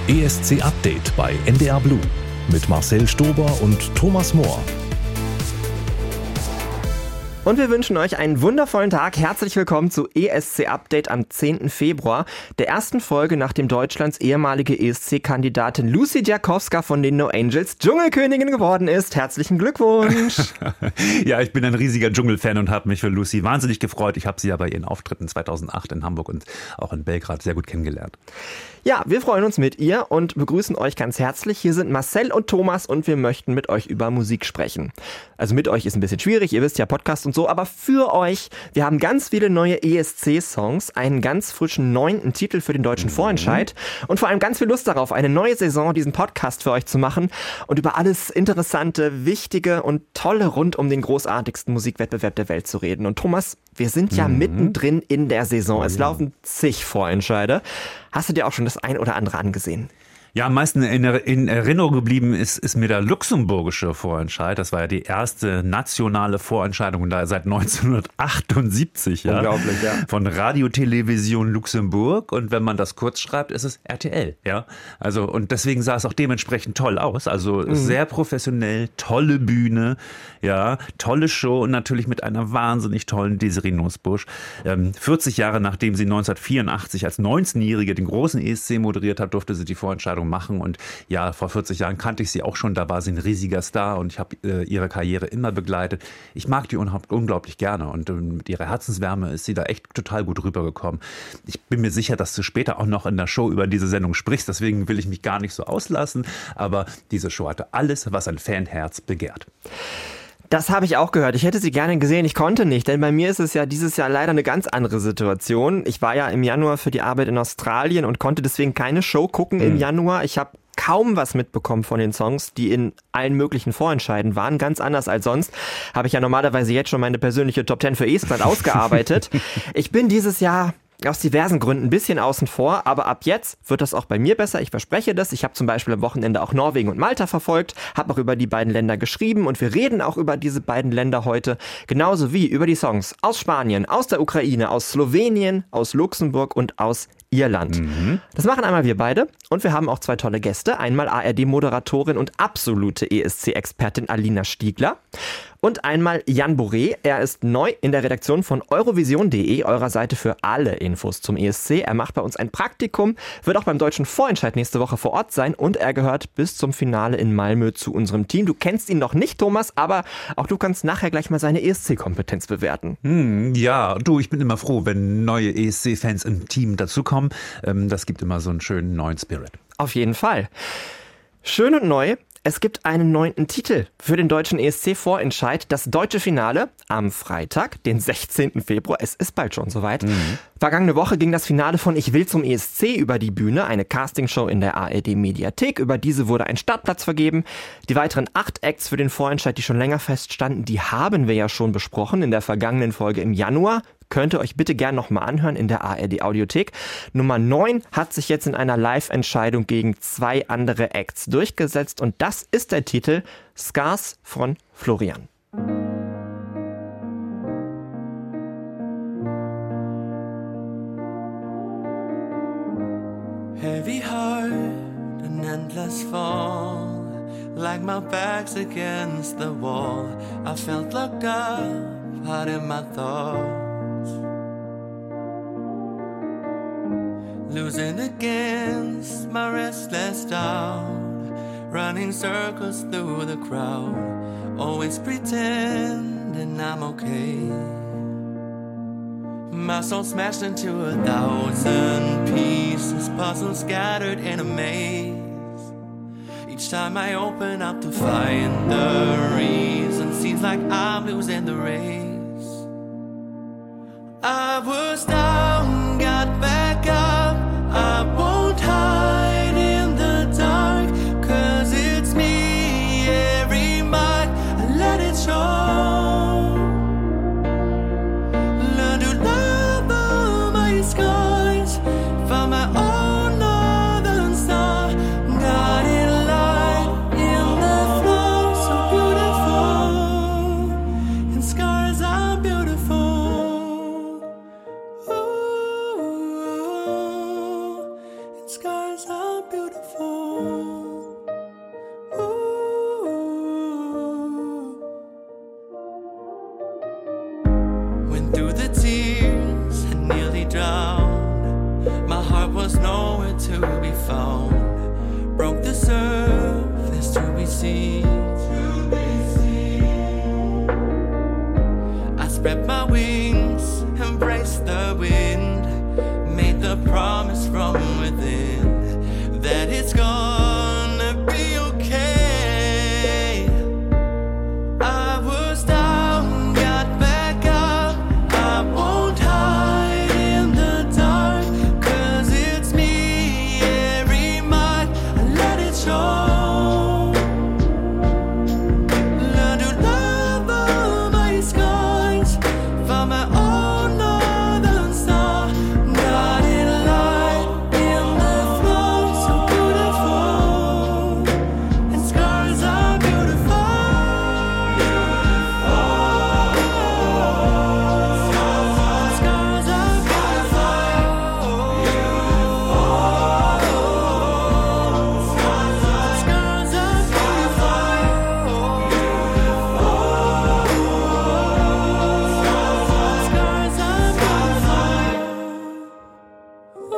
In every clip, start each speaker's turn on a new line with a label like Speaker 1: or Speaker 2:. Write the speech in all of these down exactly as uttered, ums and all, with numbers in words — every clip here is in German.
Speaker 1: E S C Update bei N D R Blue mit Marcel Stober und Thomas Mohr.
Speaker 2: Und wir wünschen euch einen wundervollen Tag. Herzlich willkommen zu E S C Update am zehnten Februar, der ersten Folge, nachdem Deutschlands ehemalige E S C-Kandidatin Lucy Diakowska von den No Angels Dschungelkönigin geworden ist. Herzlichen Glückwunsch!
Speaker 3: Ja, ich bin ein riesiger Dschungelfan und habe mich für Lucy wahnsinnig gefreut. Ich habe sie ja bei ihren Auftritten zweitausendacht in Hamburg und auch in Belgrad sehr gut kennengelernt.
Speaker 2: Ja, wir freuen uns mit ihr und begrüßen euch ganz herzlich. Hier sind Marcel und Thomas und wir möchten mit euch über Musik sprechen. Also mit euch ist ein bisschen schwierig, ihr wisst ja, Podcast und so, aber für euch, wir haben ganz viele neue E S C-Songs, einen ganz frischen neunten Titel für den deutschen mhm. Vorentscheid und vor allem ganz viel Lust darauf, eine neue Saison, diesen Podcast für euch zu machen und über alles Interessante, Wichtige und Tolle rund um den großartigsten Musikwettbewerb der Welt zu reden. Und Thomas, wir sind ja mhm. mittendrin in der Saison. Es laufen zig Vorentscheide. Hast du dir auch schon das ein oder andere angesehen?
Speaker 3: Ja, am meisten in, in Erinnerung geblieben ist, ist mir der luxemburgische Vorentscheid. Das war ja die erste nationale Vorentscheidung da seit neunzehnhundertachtundsiebzig. Ja,
Speaker 2: unglaublich, ja.
Speaker 3: Von Radiotelevision Luxemburg. Und wenn man das kurz schreibt, ist es R T L. Ja, also und deswegen sah es auch dementsprechend toll aus. Also mhm. sehr professionell, tolle Bühne, ja, tolle Show und natürlich mit einer wahnsinnig tollen Desiree Nussbusch. Ähm, vierzig Jahre nachdem sie neunzehnhundertvierundachtzig als neunzehnjährige den großen E S C moderiert hat, durfte sie die Vorentscheidung machen und ja, vor vierzig Jahren kannte ich sie auch schon, da war sie ein riesiger Star und ich habe äh, ihre Karriere immer begleitet. Ich mag die un- unglaublich gerne und äh, mit ihrer Herzenswärme ist sie da echt total gut rübergekommen. Ich bin mir sicher, dass du später auch noch in der Show über diese Sendung sprichst, deswegen will ich mich gar nicht so auslassen, aber diese Show hatte alles, was ein Fanherz begehrt.
Speaker 2: Das habe ich auch gehört. Ich hätte sie gerne gesehen, ich konnte nicht, denn bei mir ist es ja dieses Jahr leider eine ganz andere Situation. Ich war ja im Januar für die Arbeit in Australien und konnte deswegen keine Show gucken mhm. im Januar. Ich habe kaum was mitbekommen von den Songs, die in allen möglichen Vorentscheiden waren. Ganz anders als sonst. Habe ich ja normalerweise jetzt schon meine persönliche Top zehn für Estland ausgearbeitet. Ich bin dieses Jahr aus diversen Gründen ein bisschen außen vor, aber ab jetzt wird das auch bei mir besser, ich verspreche das. Ich habe zum Beispiel am Wochenende auch Norwegen und Malta verfolgt, habe auch über die beiden Länder geschrieben und wir reden auch über diese beiden Länder heute, genauso wie über die Songs aus Spanien, aus der Ukraine, aus Slowenien, aus Luxemburg und aus Irland. Mhm. Das machen einmal wir beide und wir haben auch zwei tolle Gäste. Einmal A R D-Moderatorin und absolute E S C-Expertin Alina Stiegler und einmal Jan Boré. Er ist neu in der Redaktion von Eurovision punkt de, eurer Seite für alle Infos zum E S C. Er macht bei uns ein Praktikum, wird auch beim deutschen Vorentscheid nächste Woche vor Ort sein und er gehört bis zum Finale in Malmö zu unserem Team. Du kennst ihn noch nicht, Thomas, aber auch du kannst nachher gleich mal seine E S C-Kompetenz bewerten.
Speaker 3: Hm, ja, du, ich bin immer froh, wenn neue E S C-Fans im Team dazukommen. Das gibt immer so einen schönen neuen Spirit.
Speaker 2: Auf jeden Fall. Schön und neu. Es gibt einen neunten Titel für den deutschen E S C-Vorentscheid. Das deutsche Finale am Freitag, den sechzehnten Februar. Es ist bald schon soweit. Mhm. Vergangene Woche ging das Finale von Ich will zum E S C über die Bühne. Eine Castingshow in der A R D-Mediathek. Über diese wurde ein Startplatz vergeben. Die weiteren acht Acts für den Vorentscheid, die schon länger feststanden, die haben wir ja schon besprochen in der vergangenen Folge im Januar. Könnt ihr euch bitte gern nochmal anhören in der A R D-Audiothek. Nummer neun hat sich jetzt in einer Live-Entscheidung gegen zwei andere Acts durchgesetzt und das ist der Titel Scars von Florian.
Speaker 4: Heavy heart, an endless fall, like my back's against the wall. I felt locked up, hard in my thoughts. Losing against my restless doubt, running circles through the crowd, always pretending I'm okay. My soul smashed into a thousand pieces, puzzles scattered in a maze. Each time I open up to find the reason, seems like I'm losing the race. I was down, got back up, I won't hide in the dark, 'cause it's me, every mark, I let it show. Learn to love all my scars, found my own northern star, got it light in the flow, so beautiful, and scars are beautiful. Ooh. scars are beautiful. Ooh. Went through the tears and nearly drowned. My heart was nowhere to be found. Broke the surface to be seen. I spread my wings, embraced the wind, made the promise from within that it's gonna be okay. I was down, got back up. I won't hide in the dark, 'cause it's me every night. I let it show. Learn to love all my scars. Found my own northern star. Got it light in the flow, so beautiful. And scars are beautiful. Scars are beautiful. Scars are Scars are beautiful.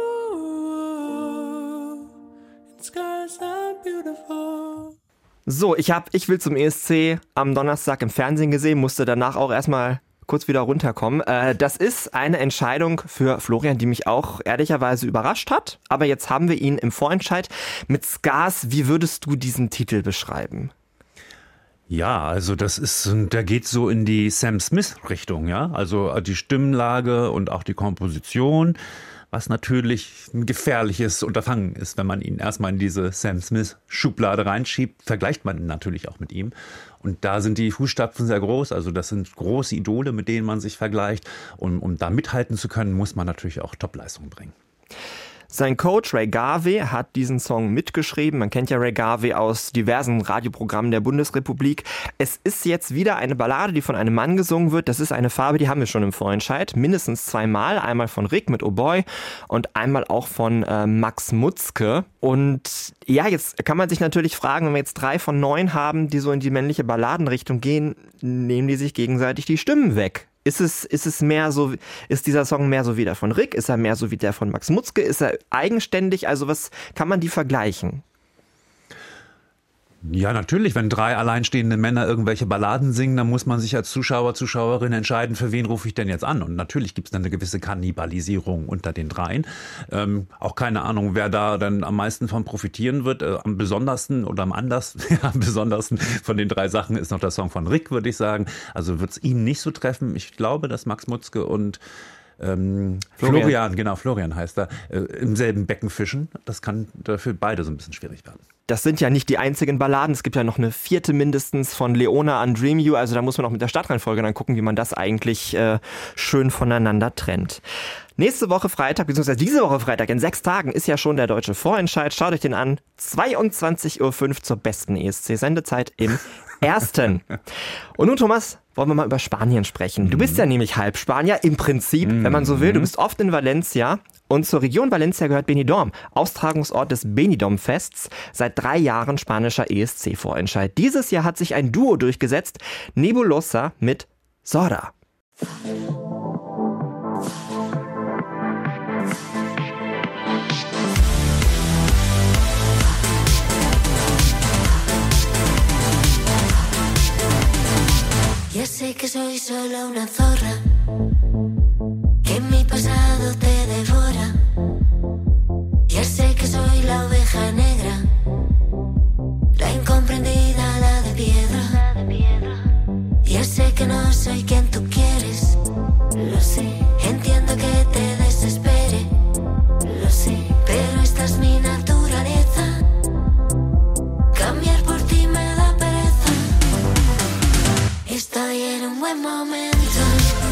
Speaker 4: Ooh, and scars are beautiful.
Speaker 2: So, ich hab Ich will zum E S C am Donnerstag im Fernsehen gesehen, musste danach auch erstmal kurz wieder runterkommen. Äh, das ist eine Entscheidung für Florian, die mich auch ehrlicherweise überrascht hat. Aber jetzt haben wir ihn im Vorentscheid mit Scars. Wie würdest du diesen Titel beschreiben?
Speaker 3: Ja, also das ist, da geht so in die Sam Smith-Richtung, ja. Also die Stimmlage und auch die Komposition, was natürlich ein gefährliches Unterfangen ist, wenn man ihn erstmal in diese Sam Smith-Schublade reinschiebt, vergleicht man ihn natürlich auch mit ihm. Und da sind die Fußstapfen sehr groß, also das sind große Idole, mit denen man sich vergleicht. Und um da mithalten zu können, muss man natürlich auch Topleistungen bringen.
Speaker 2: Sein Coach Ray Garvey hat diesen Song mitgeschrieben. Man kennt ja Ray Garvey aus diversen Radioprogrammen der Bundesrepublik. Es ist jetzt wieder eine Ballade, die von einem Mann gesungen wird. Das ist eine Farbe, die haben wir schon im Vorentscheid. Mindestens zweimal. Einmal von Rick mit Oh Boy und einmal auch von äh, Max Mutzke. Und ja, jetzt kann man sich natürlich fragen, wenn wir jetzt drei von neun haben, die so in die männliche Balladenrichtung gehen, nehmen die sich gegenseitig die Stimmen weg. Ist es, ist es mehr so, ist dieser Song mehr so wie der von Rick? Ist er mehr so wie der von Max Mutzke? Ist er eigenständig? Also was kann man die vergleichen?
Speaker 3: Ja, natürlich, wenn drei alleinstehende Männer irgendwelche Balladen singen, dann muss man sich als Zuschauer, Zuschauerin entscheiden, für wen rufe ich denn jetzt an. Und natürlich gibt es dann eine gewisse Kannibalisierung unter den dreien. Ähm, auch keine Ahnung, wer da dann am meisten von profitieren wird. Äh, am besondersten oder am anders, ja, am besondersten von den drei Sachen ist noch der Song von Rick, würde ich sagen. Also wird es ihn nicht so treffen. Ich glaube, dass Max Mutzke und ähm, Florian. Florian, genau, Florian heißt er, äh, im selben Becken fischen. Das kann für beide so ein bisschen schwierig werden.
Speaker 2: Das sind ja nicht die einzigen Balladen. Es gibt ja noch eine vierte mindestens von Leona an Dream You. Also da muss man auch mit der Stadtreihenfolge dann gucken, wie man das eigentlich äh, schön voneinander trennt. Nächste Woche Freitag, beziehungsweise diese Woche Freitag, in sechs Tagen ist ja schon der deutsche Vorentscheid. Schaut euch den an. zweiundzwanzig Uhr fünf zur besten E S C-Sendezeit im Ersten. Und nun, Thomas, wollen wir mal über Spanien sprechen. Du bist ja nämlich halb Spanier, im Prinzip, mm. wenn man so will. Du bist oft in Valencia. Und zur Region Valencia gehört Benidorm, Austragungsort des Benidorm-Fests, seit drei Jahren spanischer E S C-Vorentscheid. Dieses Jahr hat sich ein Duo durchgesetzt, Nebulosa mit Zora.
Speaker 5: Ya sé que soy solo una zorra, que mi pasado te devora. Ya sé que soy la oveja negra, la incomprendida, la de piedra. Ya sé que no soy quien tú quieres, lo sé. Entiendo que te desespere, lo sé. Pero esta es mi naturaleza, cambiar por ti me da pereza. Estoy en un buen momento,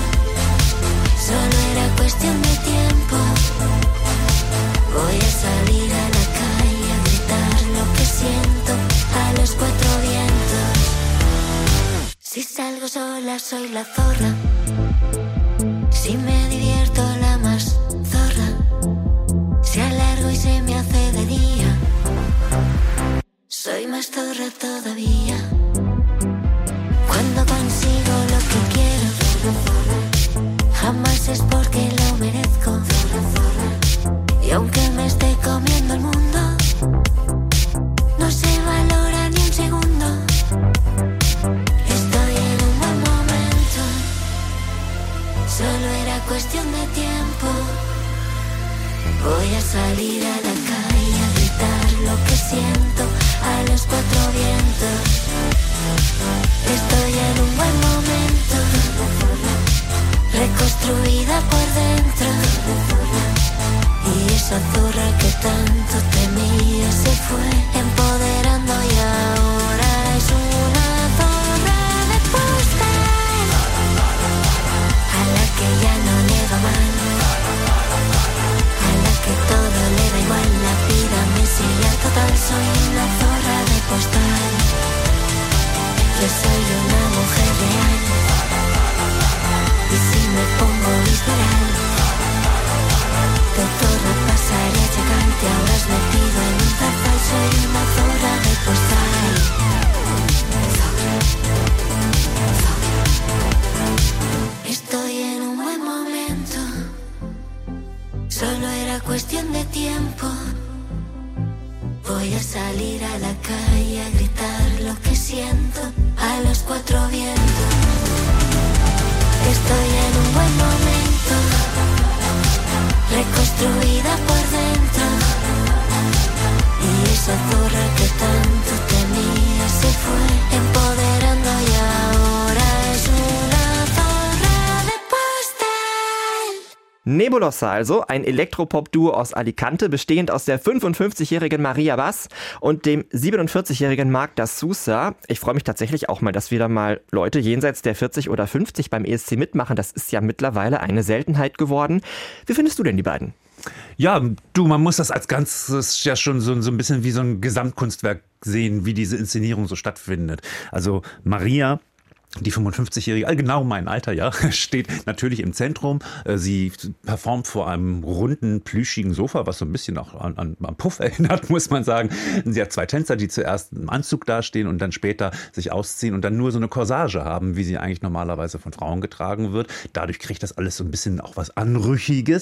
Speaker 5: solo era cuestión de tiempo. Voy a salir a la calle a gritar lo que siento a los cuatro vientos. Si salgo sola soy la zorra, si me divierto la más zorra. Si alargo y se me hace de día. Soy más zorra todavía. Cuando consigo lo que quiero, jamás es porque lo merezco. Y aunque me esté comiendo el mundo, no se valora ni un segundo. Estoy en un buen momento, solo era cuestión de tiempo. Voy a salir a la calle a gritar lo que siento a los cuatro vientos. Estoy en un buen momento, reconstruida por dentro. Y esa zorra que tanto temía se fue empoderando y ahora es una zorra de postal, a la que ya no le va mal, a la que todo le da igual, la vida me sigue total. Soy una zorra de postal, yo soy una mujer real. Y si me pongo visceral, de zorra pasaré a chacante, ahora has metido en un zarzal. Soy una zorra de postal. Estoy en un buen momento, solo era cuestión de tiempo. Voy a salir a la calle a gritar lo que siento a los cuatro vientos. Estoy en un buen momento, reconstruida por dentro. Y esa zorra que tanto temía se fue empoderando y ahora es una zorra de postal.
Speaker 2: Nebulosa also, ein Elektropop-Duo aus Alicante, bestehend aus der fünfundfünfzigjährigen Maria Bass und dem siebenundvierzigjährigen Marc da Sousa. Ich freue mich tatsächlich auch mal, dass wieder mal Leute jenseits der vierzig oder fünfzig beim E S C mitmachen. Das ist ja mittlerweile eine Seltenheit geworden. Wie findest du denn die beiden?
Speaker 3: Ja, du, man muss das als Ganzes ja schon so, so ein bisschen wie so ein Gesamtkunstwerk sehen, wie diese Inszenierung so stattfindet. Also Maria, die fünfundfünfzigjährige, genau mein Alter, ja, steht natürlich im Zentrum. Sie performt vor einem runden, plüschigen Sofa, was so ein bisschen auch an, an, an Puff erinnert, muss man sagen. Sie hat zwei Tänzer, die zuerst im Anzug dastehen und dann später sich ausziehen und dann nur so eine Corsage haben, wie sie eigentlich normalerweise von Frauen getragen wird. Dadurch kriegt das alles so ein bisschen auch was Anrüchiges.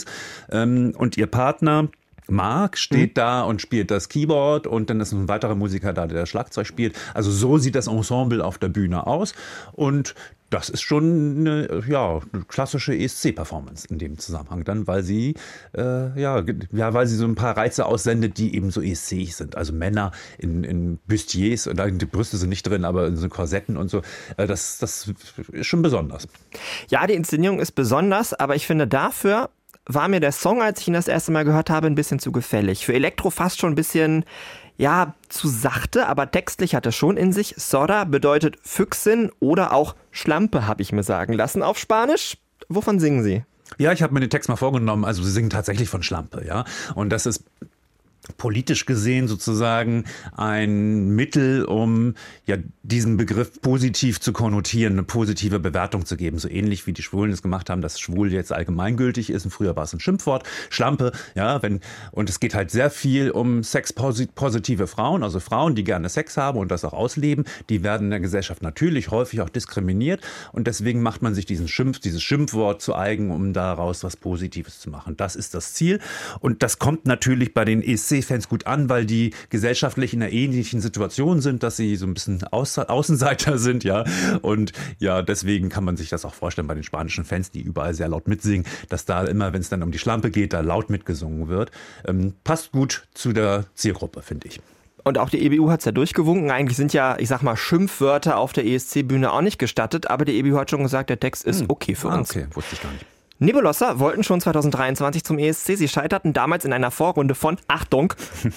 Speaker 3: Und ihr Partner Marc steht mhm. da und spielt das Keyboard und dann ist ein weiterer Musiker da, der das Schlagzeug spielt. Also so sieht das Ensemble auf der Bühne aus und das ist schon eine, ja, eine klassische E S C-Performance in dem Zusammenhang dann, weil sie, äh, ja, ja, weil sie so ein paar Reize aussendet, die eben so E S C-ig sind. Also Männer in, in Bustiers, und die Brüste sind nicht drin, aber in so Korsetten und so. Äh, das, das ist schon besonders.
Speaker 2: Ja, die Inszenierung ist besonders, aber ich finde dafür war mir der Song, als ich ihn das erste Mal gehört habe, ein bisschen zu gefällig. Für Elektro fast schon ein bisschen, ja, zu sachte, aber textlich hat er schon in sich. Zorra bedeutet Füchsin oder auch Schlampe, habe ich mir sagen lassen auf Spanisch. Wovon singen Sie?
Speaker 3: Ja, ich habe mir den Text mal vorgenommen. Also sie singen tatsächlich von Schlampe, ja. Und das ist politisch gesehen sozusagen ein Mittel, um ja diesen Begriff positiv zu konnotieren, eine positive Bewertung zu geben. So ähnlich wie die Schwulen es gemacht haben, dass schwul jetzt allgemeingültig ist. Und früher war es ein Schimpfwort. Schlampe, ja, wenn, und es geht halt sehr viel um sexpositive Frauen, also Frauen, die gerne Sex haben und das auch ausleben. Die werden in der Gesellschaft natürlich häufig auch diskriminiert. Und deswegen macht man sich diesen Schimpf, dieses Schimpfwort zu eigen, um daraus was Positives zu machen. Das ist das Ziel. Und das kommt natürlich bei den E S C-Fans gut an, weil die gesellschaftlich in einer ähnlichen Situation sind, dass sie so ein bisschen Au- Außenseiter sind, ja. Und ja, deswegen kann man sich das auch vorstellen bei den spanischen Fans, die überall sehr laut mitsingen, dass da immer, wenn es dann um die Schlampe geht, da laut mitgesungen wird. Ähm, passt gut zu der Zielgruppe, finde ich.
Speaker 2: Und auch die E B U hat es ja durchgewunken. Eigentlich sind ja, ich sag mal, Schimpfwörter auf der E S C-Bühne auch nicht gestattet, aber die E B U hat schon gesagt, der Text ist okay für
Speaker 3: ah,
Speaker 2: uns.
Speaker 3: Okay, wusste ich gar nicht.
Speaker 2: Nebulosa wollten schon zweitausenddreiundzwanzig zum E S C. Sie scheiterten damals in einer Vorrunde von, Achtung,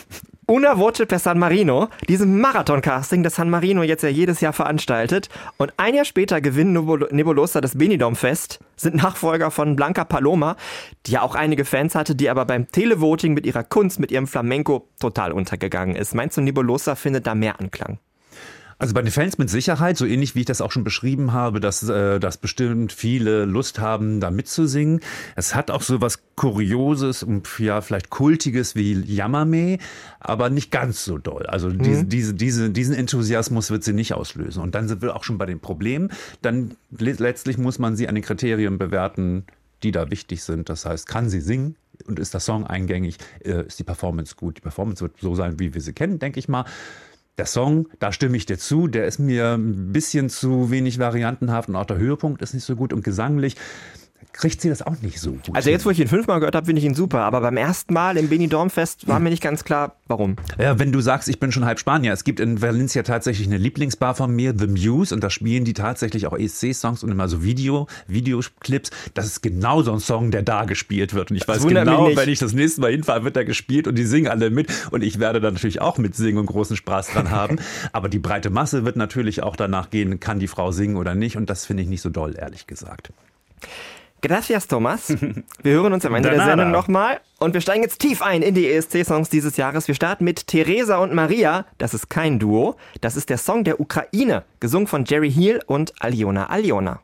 Speaker 2: Una Voce per San Marino, diesem Marathon-Casting, das San Marino jetzt ja jedes Jahr veranstaltet. Und ein Jahr später gewinnen Nebulosa das Benidorm-Fest, sind Nachfolger von Blanca Paloma, die ja auch einige Fans hatte, die aber beim Televoting mit ihrer Kunst, mit ihrem Flamenco total untergegangen ist. Meinst du, Nebulosa findet da mehr Anklang?
Speaker 3: Also bei den Fans mit Sicherheit, so ähnlich wie ich das auch schon beschrieben habe, dass, äh, dass bestimmt viele Lust haben, da mitzusingen. Es hat auch so was Kurioses und ja, vielleicht Kultiges wie Yamame, aber nicht ganz so doll. Also mhm. diese, diese, diese, diesen Enthusiasmus wird sie nicht auslösen. Und dann sind wir auch schon bei den Problemen. Dann letztlich muss man sie an den Kriterien bewerten, die da wichtig sind. Das heißt, kann sie singen? Und ist der Song eingängig? Äh, ist die Performance gut? Die Performance wird so sein, wie wir sie kennen, denke ich mal. Der Song, da stimme ich dir zu, der ist mir ein bisschen zu wenig variantenhaft und auch der Höhepunkt ist nicht so gut und gesanglich kriegt sie das auch nicht so gut.
Speaker 2: Also jetzt, wo ich ihn fünfmal gehört habe, finde ich ihn super, aber beim ersten Mal im Benidorm-Fest war mir nicht ganz klar, warum.
Speaker 3: Ja, wenn du sagst, ich bin schon halb Spanier, es gibt in Valencia tatsächlich eine Lieblingsbar von mir, The Muse, und da spielen die tatsächlich auch E S C-Songs und immer so Video, Videoclips. Das ist genau so ein Song, der da gespielt wird und ich weiß genau, wenn ich das nächste Mal hinfahre, wird da gespielt und die singen alle mit und ich werde da natürlich auch mitsingen und großen Spaß dran haben, aber die breite Masse wird natürlich auch danach gehen, kann die Frau singen oder nicht, und das finde ich nicht so doll, ehrlich gesagt.
Speaker 2: Gracias, Thomas. Wir hören uns am Ende der Sendung nochmal und wir steigen jetzt tief ein in die E S C-Songs dieses Jahres. Wir starten mit Teresa und Maria. Das ist kein Duo. Das ist der Song der Ukraine, gesungen von Jerry Heal und Aljona Aljona.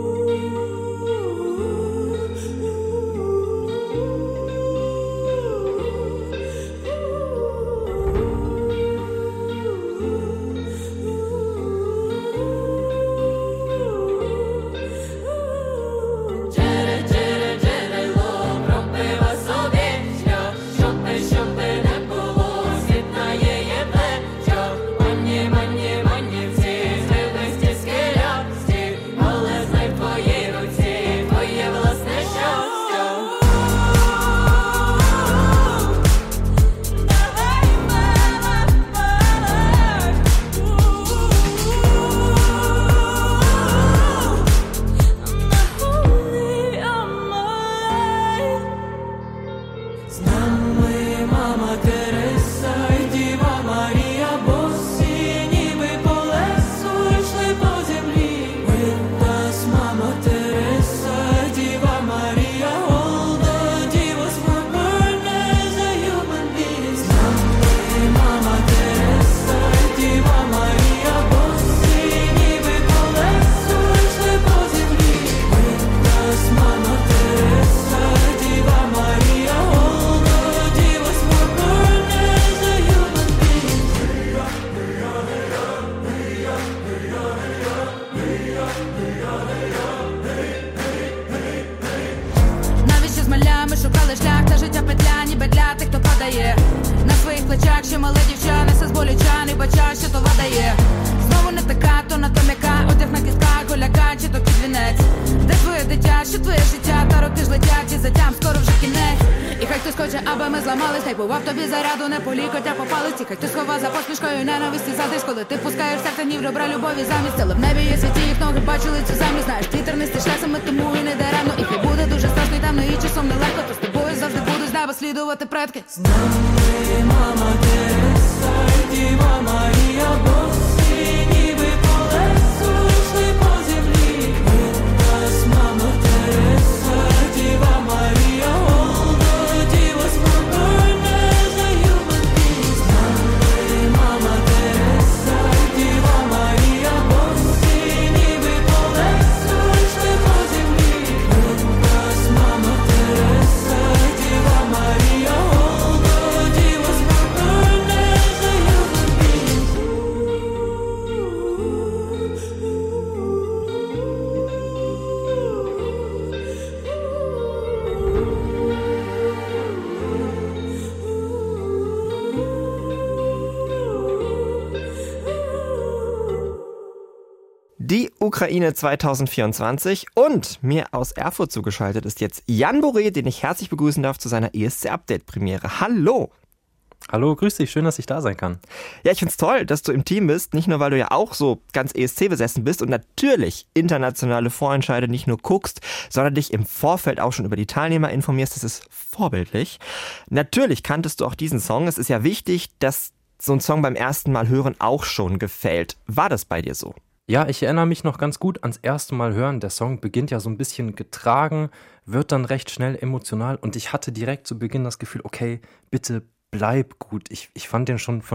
Speaker 2: Die Ukraine zwanzig vierundzwanzig und mir aus Erfurt zugeschaltet ist jetzt Jan Boré, den ich herzlich begrüßen darf zu seiner E S C-Update-Premiere. Hallo!
Speaker 6: Hallo, grüß dich, schön, dass ich da sein kann.
Speaker 2: Ja, ich find's toll, dass du im Team bist, nicht nur, weil du ja auch so ganz E S C-besessen bist und natürlich internationale Vorentscheide nicht nur guckst, sondern dich im Vorfeld auch schon über die Teilnehmer informierst. Das ist vorbildlich. Natürlich kanntest du auch diesen Song. Es ist ja wichtig, dass so ein Song beim ersten Mal hören auch schon gefällt. War das bei dir so?
Speaker 6: Ja, ich erinnere mich noch ganz gut ans erste Mal hören. Der Song beginnt ja so ein bisschen getragen, wird dann recht schnell emotional und ich hatte direkt zu Beginn das Gefühl, okay, bitte bleib gut. Ich, ich fand den schon von,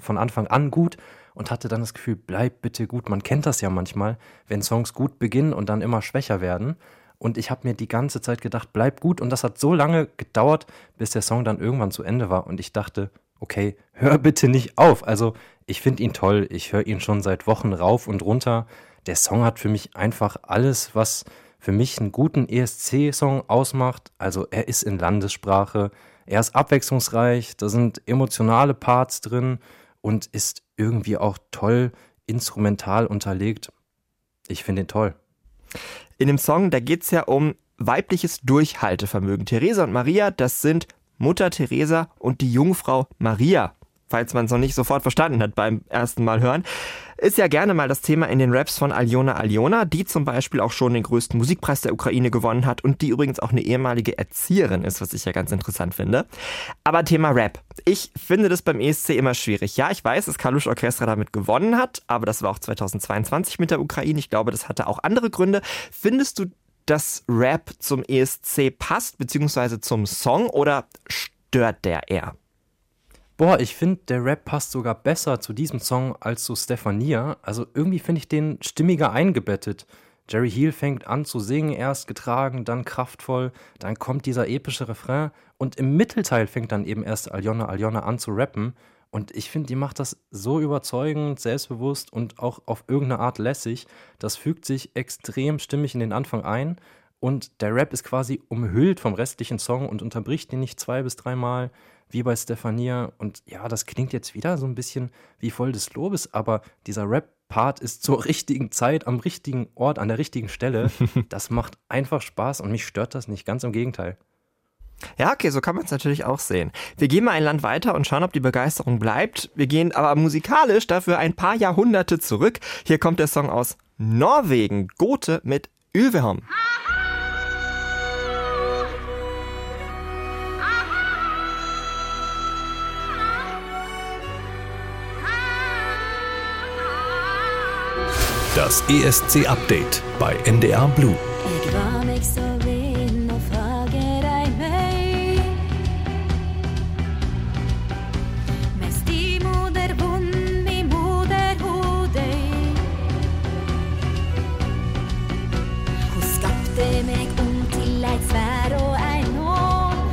Speaker 6: von Anfang an gut und hatte dann das Gefühl, bleib bitte gut. Man kennt das ja manchmal, wenn Songs gut beginnen und dann immer schwächer werden. Und ich habe mir die ganze Zeit gedacht, bleib gut. Und das hat so lange gedauert, bis der Song dann irgendwann zu Ende war. Und ich dachte, okay, hör bitte nicht auf. Also ich finde ihn toll. Ich höre ihn schon seit Wochen rauf und runter. Der Song hat für mich einfach alles, was für mich einen guten E S C-Song ausmacht. Also er ist in Landessprache, er ist abwechslungsreich, da sind emotionale Parts drin und ist irgendwie auch toll instrumental unterlegt. Ich finde ihn toll.
Speaker 2: In dem Song, da geht es ja um weibliches Durchhaltevermögen. Theresa und Maria, das sind Mutter Teresa und die Jungfrau Maria. Falls man es noch nicht sofort verstanden hat beim ersten Mal hören, ist ja gerne mal das Thema in den Raps von Aljona Aljona, die zum Beispiel auch schon den größten Musikpreis der Ukraine gewonnen hat und die übrigens auch eine ehemalige Erzieherin ist, was ich ja ganz interessant finde. Aber Thema Rap. Ich finde das beim E S C immer schwierig. Ja, ich weiß, dass Kalush Orchestra damit gewonnen hat, aber das war auch zweitausendzweiundzwanzig mit der Ukraine. Ich glaube, das hatte auch andere Gründe. Findest du, dass Rap zum E S C passt, beziehungsweise zum Song, oder stört der eher?
Speaker 6: Boah, ich finde, der Rap passt sogar besser zu diesem Song als zu Stefania. Also irgendwie finde ich den stimmiger eingebettet. Jerry Heal fängt an zu singen, erst getragen, dann kraftvoll, dann kommt dieser epische Refrain und im Mittelteil fängt dann eben erst Aljona Aljona an zu rappen. Und ich finde, die macht das so überzeugend, selbstbewusst und auch auf irgendeine Art lässig. Das fügt sich extrem stimmig in den Anfang ein. Und der Rap ist quasi umhüllt vom restlichen Song und unterbricht ihn nicht zwei- bis dreimal, wie bei Stefania. Und ja, das klingt jetzt wieder so ein bisschen wie voll des Lobes, aber dieser Rap-Part ist zur richtigen Zeit, am richtigen Ort, an der richtigen Stelle. Das macht einfach Spaß und mich stört das nicht, ganz im Gegenteil.
Speaker 2: Ja, okay, so kann man es natürlich auch sehen. Wir gehen mal ein Land weiter und schauen, ob die Begeisterung bleibt. Wir gehen aber musikalisch dafür ein paar Jahrhunderte zurück. Hier kommt der Song aus Norwegen, Gothe mit Ylveholm.
Speaker 1: Das E S C-Update bei N D R Blue.
Speaker 5: Jeg var meg så vind og fager ei møy. Med stimoder vond i moderhodet. Hun skapte meg om til ei svær og ei nål.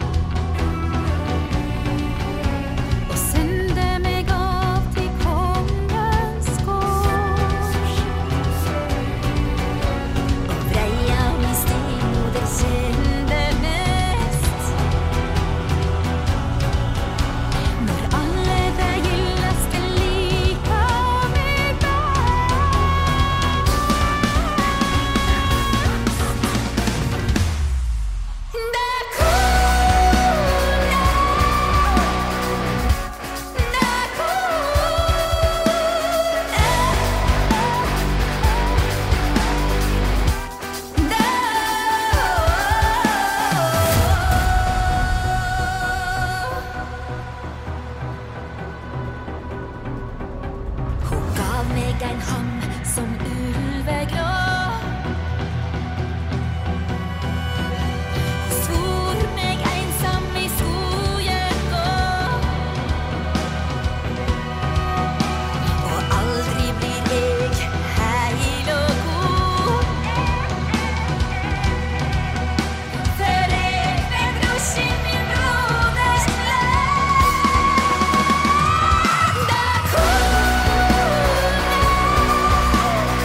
Speaker 5: Og sendte meg av til kongens gård. Og vreia mi stimoder kjente mest. Når alle de gildeste liker meg best. Det kunne, det Hun gav meg en ham som ulveglad. Hun svor meg ensam i skogen gå. Og aldri blir jeg heil og god. For jeg ble brorsin min broders klær. Det kunne,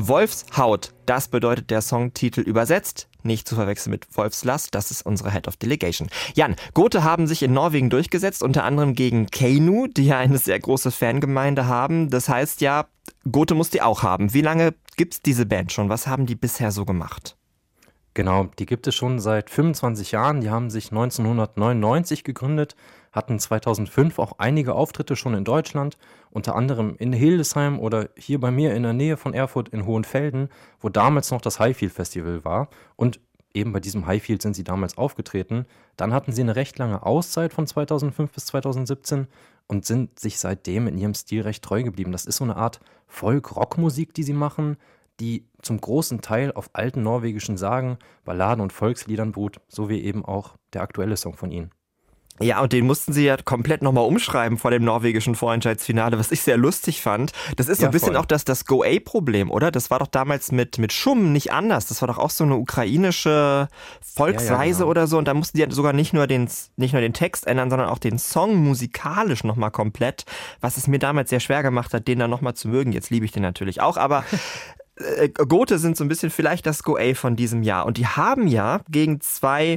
Speaker 2: Wolfshaut, das bedeutet der Songtitel übersetzt. Nicht zu verwechseln mit Wolfslast, das ist unsere Head of Delegation. Jan, Gothe haben sich in Norwegen durchgesetzt, unter anderem gegen Keinu, die ja eine sehr große Fangemeinde haben. Das heißt ja, Gothe muss die auch haben. Wie lange gibt's diese Band schon? Was haben die bisher so gemacht?
Speaker 6: Genau, die gibt es schon seit fünfundzwanzig Jahren. Die haben sich neunzehnhundertneunundneunzig gegründet, hatten zweitausendfünf auch einige Auftritte schon in Deutschland, unter anderem in Hildesheim oder hier bei mir in der Nähe von Erfurt in Hohenfelden, wo damals noch das Highfield Festival war. Und eben bei diesem Highfield sind sie damals aufgetreten. Dann hatten sie eine recht lange Auszeit von zweitausendfünf bis zweitausendsiebzehn und sind sich seitdem in ihrem Stil recht treu geblieben. Das ist so eine Art Folk-Rock-Musik, die sie machen, die zum großen Teil auf alten norwegischen Sagen, Balladen und Volksliedern beruht, so wie eben auch der aktuelle Song von ihnen.
Speaker 2: Ja, und den mussten sie ja komplett nochmal umschreiben vor dem norwegischen Vorentscheidsfinale, was ich sehr lustig fand. Das ist so ein
Speaker 6: Ja,
Speaker 2: bisschen
Speaker 6: voll.
Speaker 2: auch das, das Go-A-Problem, oder? Das war doch damals mit, mit Schum nicht anders. Das war doch auch so eine ukrainische Volksreise
Speaker 6: Ja, ja, genau.
Speaker 2: oder so. Und da mussten die ja sogar nicht nur, den, nicht nur den Text ändern, sondern auch den Song musikalisch nochmal komplett, was es mir damals sehr schwer gemacht hat, den dann nochmal zu mögen. Jetzt liebe ich den natürlich auch, aber äh, Gothe sind so ein bisschen vielleicht das Go-A von diesem Jahr. Und die haben ja gegen zwei,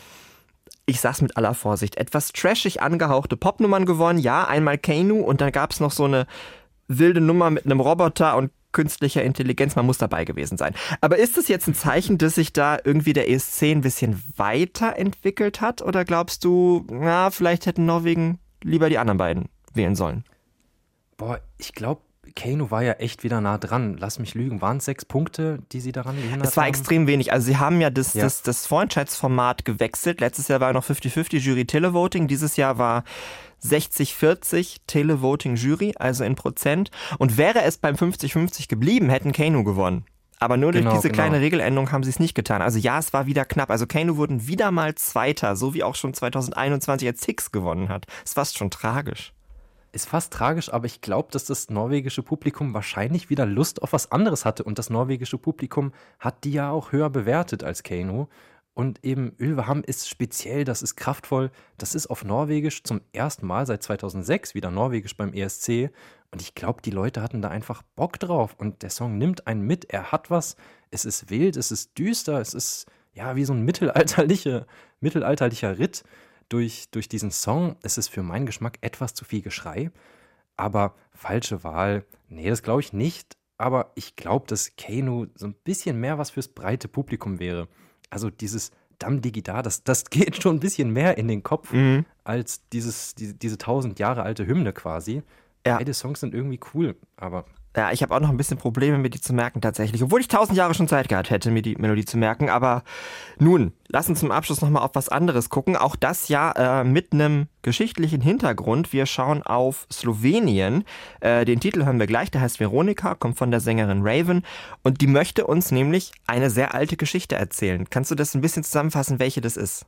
Speaker 2: ich sag's mit aller Vorsicht, etwas trashig angehauchte Popnummern gewonnen. Ja, einmal Keinu und dann gab's noch so eine wilde Nummer mit einem Roboter und künstlicher Intelligenz. Man muss dabei gewesen sein. Aber ist es jetzt ein Zeichen, dass sich da irgendwie der E S C ein bisschen weiterentwickelt hat? Oder glaubst du, na, vielleicht hätten Norwegen lieber die anderen beiden wählen sollen?
Speaker 6: Boah, ich glaube, Keinu war ja echt wieder nah dran. Lass mich lügen, waren es sechs Punkte, die sie daran gehindert haben?
Speaker 2: Es war extrem wenig. Also sie haben ja das,
Speaker 6: Ja.
Speaker 2: das, das Vorentscheidsformat gewechselt. Letztes Jahr war noch fünfzig fünfzig Jury-Televoting. Dieses Jahr war sechzig vierzig Televoting-Jury, also in Prozent. Und wäre es beim fünfzig fünfzig geblieben, hätten Keinu gewonnen. Aber nur durch
Speaker 6: Genau,
Speaker 2: diese
Speaker 6: genau.
Speaker 2: kleine Regeländerung haben sie es nicht getan. Also ja, es war wieder knapp. Also Keinu wurden wieder mal Zweiter, so wie auch schon zweitausendeinundzwanzig als Hicks gewonnen hat. Ist fast schon tragisch.
Speaker 6: Ist fast tragisch, aber ich glaube, dass das norwegische Publikum wahrscheinlich wieder Lust auf was anderes hatte. Und das norwegische Publikum hat die ja auch höher bewertet als Keinu. Und eben Ylveham ist speziell, das ist kraftvoll. Das ist auf Norwegisch zum ersten Mal seit zweitausendsechs wieder Norwegisch beim E S C. Und ich glaube, die Leute hatten da einfach Bock drauf. Und der Song nimmt einen mit, er hat was. Es ist wild, es ist düster, es ist ja wie so ein mittelalterlicher, mittelalterlicher Ritt. Durch, durch diesen Song ist es für meinen Geschmack etwas zu viel Geschrei, aber falsche Wahl, nee, das glaube ich nicht, aber ich glaube, dass Keinu so ein bisschen mehr was fürs breite Publikum wäre. Also dieses Dam Digida, das, das geht schon ein bisschen mehr in den Kopf
Speaker 2: Mhm.
Speaker 6: als dieses, diese, diese tausend Jahre alte Hymne quasi.
Speaker 2: Ja.
Speaker 6: Beide Songs sind irgendwie cool, aber
Speaker 2: Ja, ich habe auch noch ein bisschen Probleme, mir die zu merken tatsächlich. Obwohl ich tausend Jahre schon Zeit gehabt hätte, mir die Melodie zu merken. Aber nun, lass uns zum Abschluss nochmal auf was anderes gucken. Auch das ja äh, mit einem geschichtlichen Hintergrund. Wir schauen auf Slowenien. Äh, den Titel hören wir gleich. Der heißt Veronika, kommt von der Sängerin Raven. Und die möchte uns nämlich eine sehr alte Geschichte erzählen. Kannst du das ein bisschen zusammenfassen, welche das ist?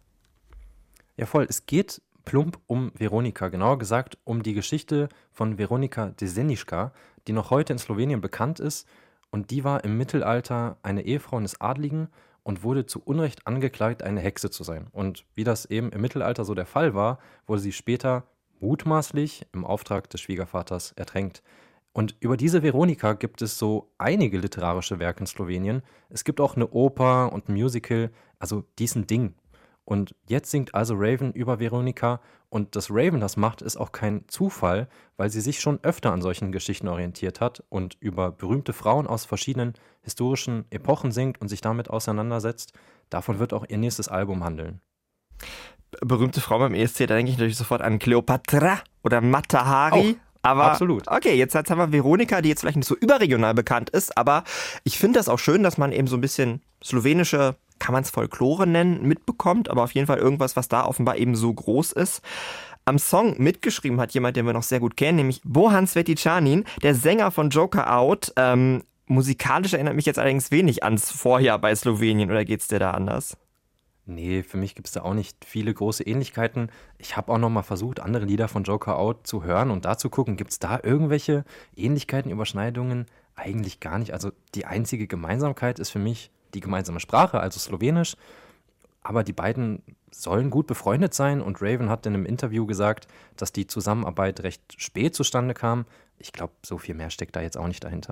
Speaker 6: ja voll, es geht plump um Veronika, genauer gesagt um die Geschichte von Veronika Deseniška, die noch heute in Slowenien bekannt ist, und die war im Mittelalter eine Ehefrau eines Adligen und wurde zu Unrecht angeklagt, eine Hexe zu sein. Und wie das eben im Mittelalter so der Fall war, wurde sie später mutmaßlich im Auftrag des Schwiegervaters ertränkt. Und über diese Veronika gibt es so einige literarische Werke in Slowenien. Es gibt auch eine Oper und ein Musical, also die ist ein Ding. Und jetzt singt also Raven über Veronika, und dass Raven das macht, ist auch kein Zufall, weil sie sich schon öfter an solchen Geschichten orientiert hat und über berühmte Frauen aus verschiedenen historischen Epochen singt und sich damit auseinandersetzt. Davon wird auch ihr nächstes Album handeln.
Speaker 2: Berühmte Frau beim E S C, da denke ich natürlich sofort an Kleopatra oder Mata Hari.
Speaker 6: Auch.
Speaker 2: Aber
Speaker 6: Absolut.
Speaker 2: Okay, jetzt, jetzt haben wir Veronika, die jetzt vielleicht nicht so überregional bekannt ist, aber ich finde das auch schön, dass man eben so ein bisschen slowenische, kann man es Folklore nennen, mitbekommt, aber auf jeden Fall irgendwas, was da offenbar eben so groß ist. Am Song mitgeschrieben hat jemand, den wir noch sehr gut kennen, nämlich Bojan Svetičanin, der Sänger von Joker Out. Ähm, musikalisch erinnert mich jetzt allerdings wenig ans Vorjahr bei Slowenien, oder geht's dir da anders?
Speaker 6: Nee, für mich gibt es da auch nicht viele große Ähnlichkeiten. Ich habe auch noch mal versucht, andere Lieder von Joker Out zu hören und da zu gucken, gibt es da irgendwelche Ähnlichkeiten, Überschneidungen? Eigentlich gar nicht. Also die einzige Gemeinsamkeit ist für mich die gemeinsame Sprache, also Slowenisch. Aber die beiden sollen gut befreundet sein, und Raven hat in einem Interview gesagt, dass die Zusammenarbeit recht spät zustande kam. Ich glaube, so viel mehr steckt da jetzt auch nicht dahinter.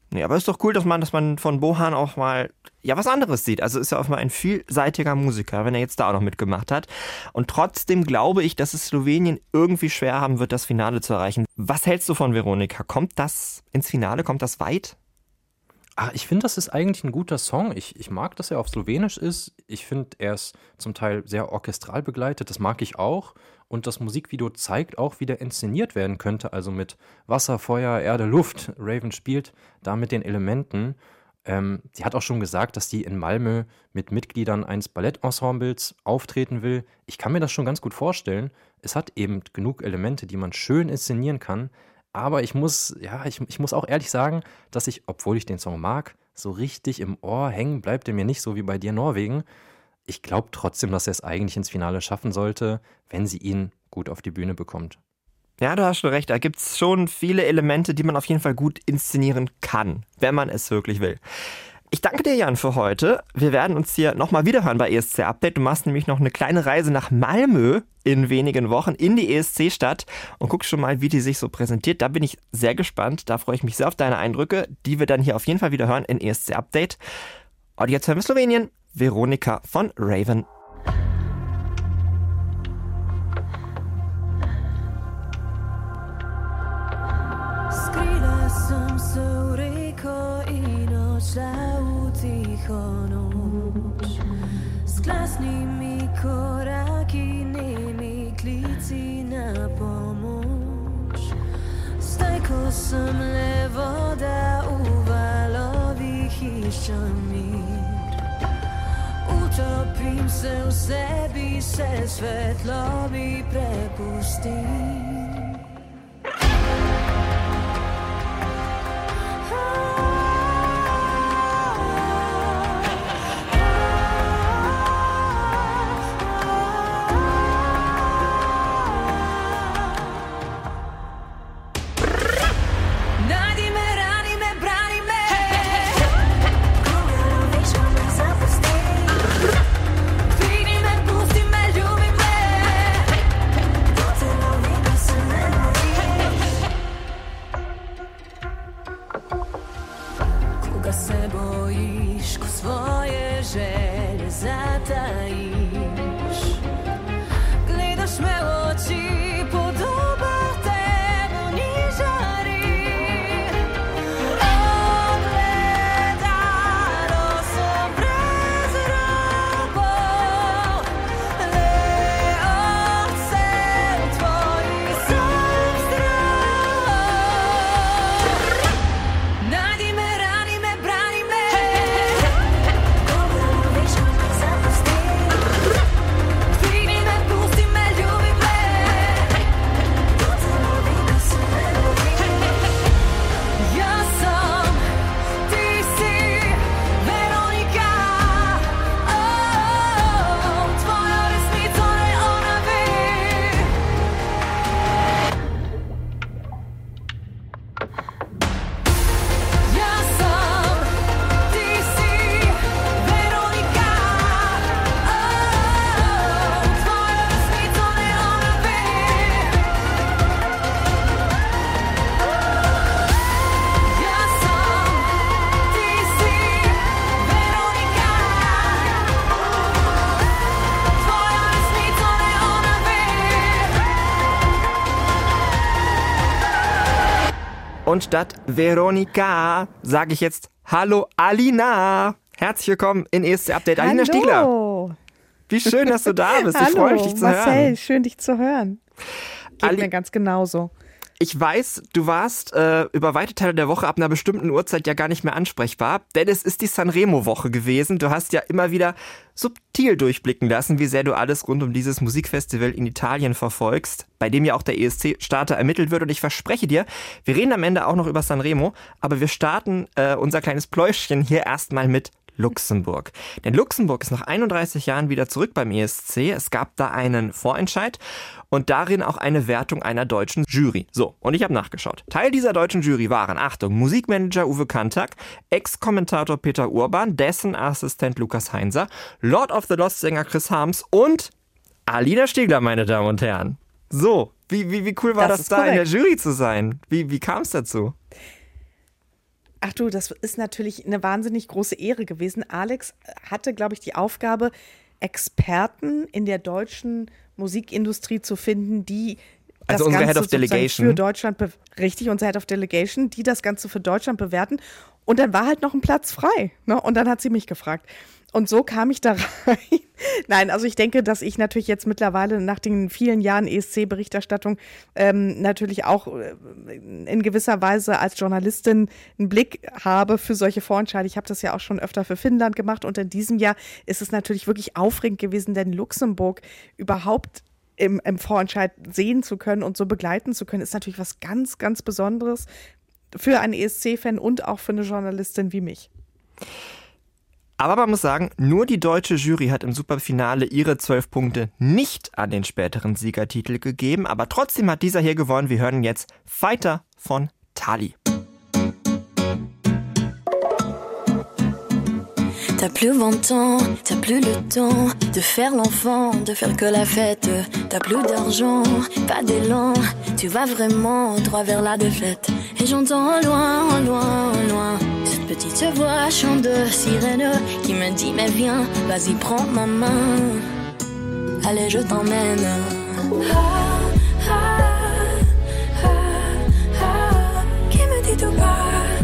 Speaker 2: Nee, aber ist doch cool, dass man, dass man von Bohan auch mal ja was anderes sieht. Also ist er offenbar ein vielseitiger Musiker, wenn er jetzt da auch noch mitgemacht hat. Und trotzdem glaube ich, dass es Slowenien irgendwie schwer haben wird, das Finale zu erreichen. Was hältst du von Veronika? Kommt das ins Finale? Kommt das weit?
Speaker 6: Ach, ich finde, das ist eigentlich ein guter Song. Ich, ich mag, dass er auf Slowenisch ist. Ich finde, er ist zum Teil sehr orchestral begleitet. Das mag ich auch. Und das Musikvideo zeigt auch, wie der inszeniert werden könnte. Also mit Wasser, Feuer, Erde, Luft. Raven spielt da mit den Elementen. Ähm, sie hat auch schon gesagt, dass die in Malmö mit Mitgliedern eines Ballettensembles auftreten will. Ich kann mir das schon ganz gut vorstellen. Es hat eben genug Elemente, die man schön inszenieren kann. Aber ich muss, ja, ich, ich muss auch ehrlich sagen, dass ich, obwohl ich den Song mag, so richtig im Ohr hängen bleibt er mir nicht, so wie bei dir Norwegen. Ich glaube trotzdem, dass er es eigentlich ins Finale schaffen sollte, wenn sie ihn gut auf die Bühne bekommt.
Speaker 2: Ja, du hast schon recht. Da gibt es schon viele Elemente, die man auf jeden Fall gut inszenieren kann, wenn man es wirklich will. Ich danke dir, Jan, für heute. Wir werden uns hier nochmal wiederhören bei E S C Update. Du machst nämlich noch eine kleine Reise nach Malmö in wenigen Wochen in die E S C-Stadt und guckst schon mal, wie die sich so präsentiert. Da bin ich sehr gespannt. Da freue ich mich sehr auf deine Eindrücke, die wir dann hier auf jeden Fall wieder hören in E S C Update. Und jetzt hören wir Slowenien. Veronika von Raven.
Speaker 7: S glasnimi koraki, nemi klici na pomoč. Zdaj, ko sem le voda v valovih, iščem mir. Utopim se v sebi, se svetlobi prepustim.
Speaker 2: Und statt Veronika sage ich jetzt Hallo Alina. Herzlich willkommen in E S C Update. Alina Stiegler.
Speaker 8: Hallo.
Speaker 2: Wie schön, dass du da bist. Ich
Speaker 8: Hallo,
Speaker 2: freue mich, dich zu
Speaker 8: Marcel,
Speaker 2: hören.
Speaker 8: schön, dich zu hören. Geht
Speaker 2: Ali-
Speaker 8: mir ganz genauso.
Speaker 2: Ich weiß, du warst äh, über weite Teile der Woche ab einer bestimmten Uhrzeit ja gar nicht mehr ansprechbar, denn es ist die Sanremo-Woche gewesen. Du hast ja immer wieder subtil durchblicken lassen, wie sehr du alles rund um dieses Musikfestival in Italien verfolgst, bei dem ja auch der E S C-Starter ermittelt wird. Und ich verspreche dir, wir reden am Ende auch noch über Sanremo, aber wir starten äh, unser kleines Pläuschchen hier erstmal mit Luxemburg. Denn Luxemburg ist nach einunddreißig Jahren wieder zurück beim E S C. Es gab da einen Vorentscheid und darin auch eine Wertung einer deutschen Jury. So, und ich habe nachgeschaut. Teil dieser deutschen Jury waren, Achtung, Musikmanager Uwe Kantak, Ex-Kommentator Peter Urban, dessen Assistent Lukas Heinzer, Lord of the Lost Sänger Chris Harms und Alina Stiegler, meine Damen und Herren. So, wie, wie, wie cool war
Speaker 8: Das
Speaker 2: das,
Speaker 8: ist
Speaker 2: da in der
Speaker 8: korrekt.
Speaker 2: Jury zu sein? Wie, wie kam es dazu?
Speaker 8: Ach du, das ist natürlich eine wahnsinnig große Ehre gewesen. Alex hatte, glaube ich, die Aufgabe, Experten in der deutschen Musikindustrie zu finden, die
Speaker 2: Also
Speaker 8: das
Speaker 2: unsere
Speaker 8: Ganze
Speaker 2: Head of
Speaker 8: sozusagen
Speaker 2: Delegation.
Speaker 8: für Deutschland, be- richtig, unser Head of Delegation, die das Ganze für Deutschland bewerten. Und dann war halt noch ein Platz frei. Ne? Und dann hat sie mich gefragt. Und so kam ich da rein. Nein, also ich denke, dass ich natürlich jetzt mittlerweile nach den vielen Jahren E S C-Berichterstattung ähm, natürlich auch äh, in gewisser Weise als Journalistin einen Blick habe für solche Vorentscheide. Ich habe das ja auch schon öfter für Finnland gemacht und in diesem Jahr ist es natürlich wirklich aufregend gewesen, denn Luxemburg überhaupt im, im Vorentscheid sehen zu können und so begleiten zu können, ist natürlich was ganz, ganz Besonderes für einen E S C-Fan und auch für eine Journalistin wie mich.
Speaker 2: Aber man muss sagen, nur die deutsche Jury hat im Superfinale ihre zwölf Punkte nicht an den späteren Siegertitel gegeben. Aber trotzdem hat dieser hier gewonnen. Wir hören jetzt Fighter von Tali.
Speaker 7: T'as plus vingt ans, t'as plus le temps de faire l'enfant, de faire que la fête. T'as plus d'argent, pas d'élan, tu vas vraiment droit vers la défaite. Et j'entends au loin, au loin, au loin cette petite voix chant de sirène qui me dit mais viens, vas-y prends ma main, allez je t'emmène. Ah, ah, ah, ah, qui me dit tout bas.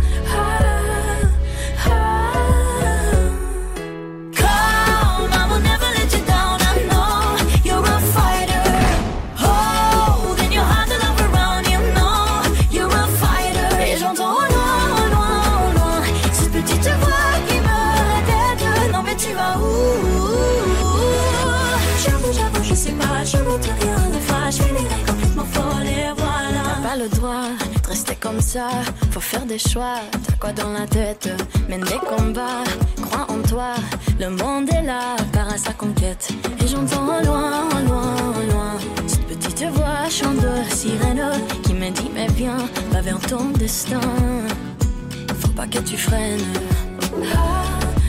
Speaker 7: Le droit de rester comme ça, faut faire des choix. T'as quoi dans la tête? Mène des combats, crois en toi. Le monde est là, part à sa conquête. Et j'entends au loin, au loin, au loin cette petite voix chant de sirène qui me dit mais viens, va vers ton destin. Faut pas que tu freines. Ah.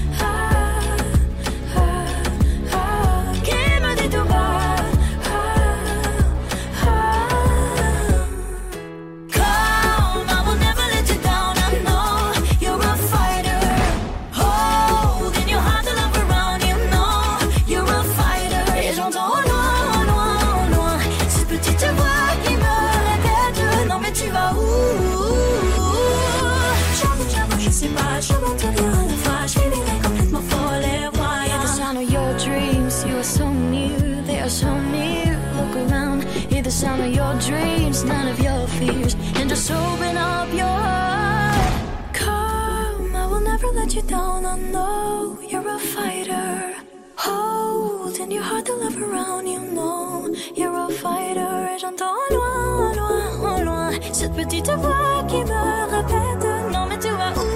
Speaker 7: The sound of your dreams, none of your fears, and just open up your heart. Come, I will never let you down. I know you're a fighter. Hold in your heart the love around. You know you're a fighter. Et j'entends au loin, au loin, au loin cette petite voix qui me répète. Non mais tu vas où?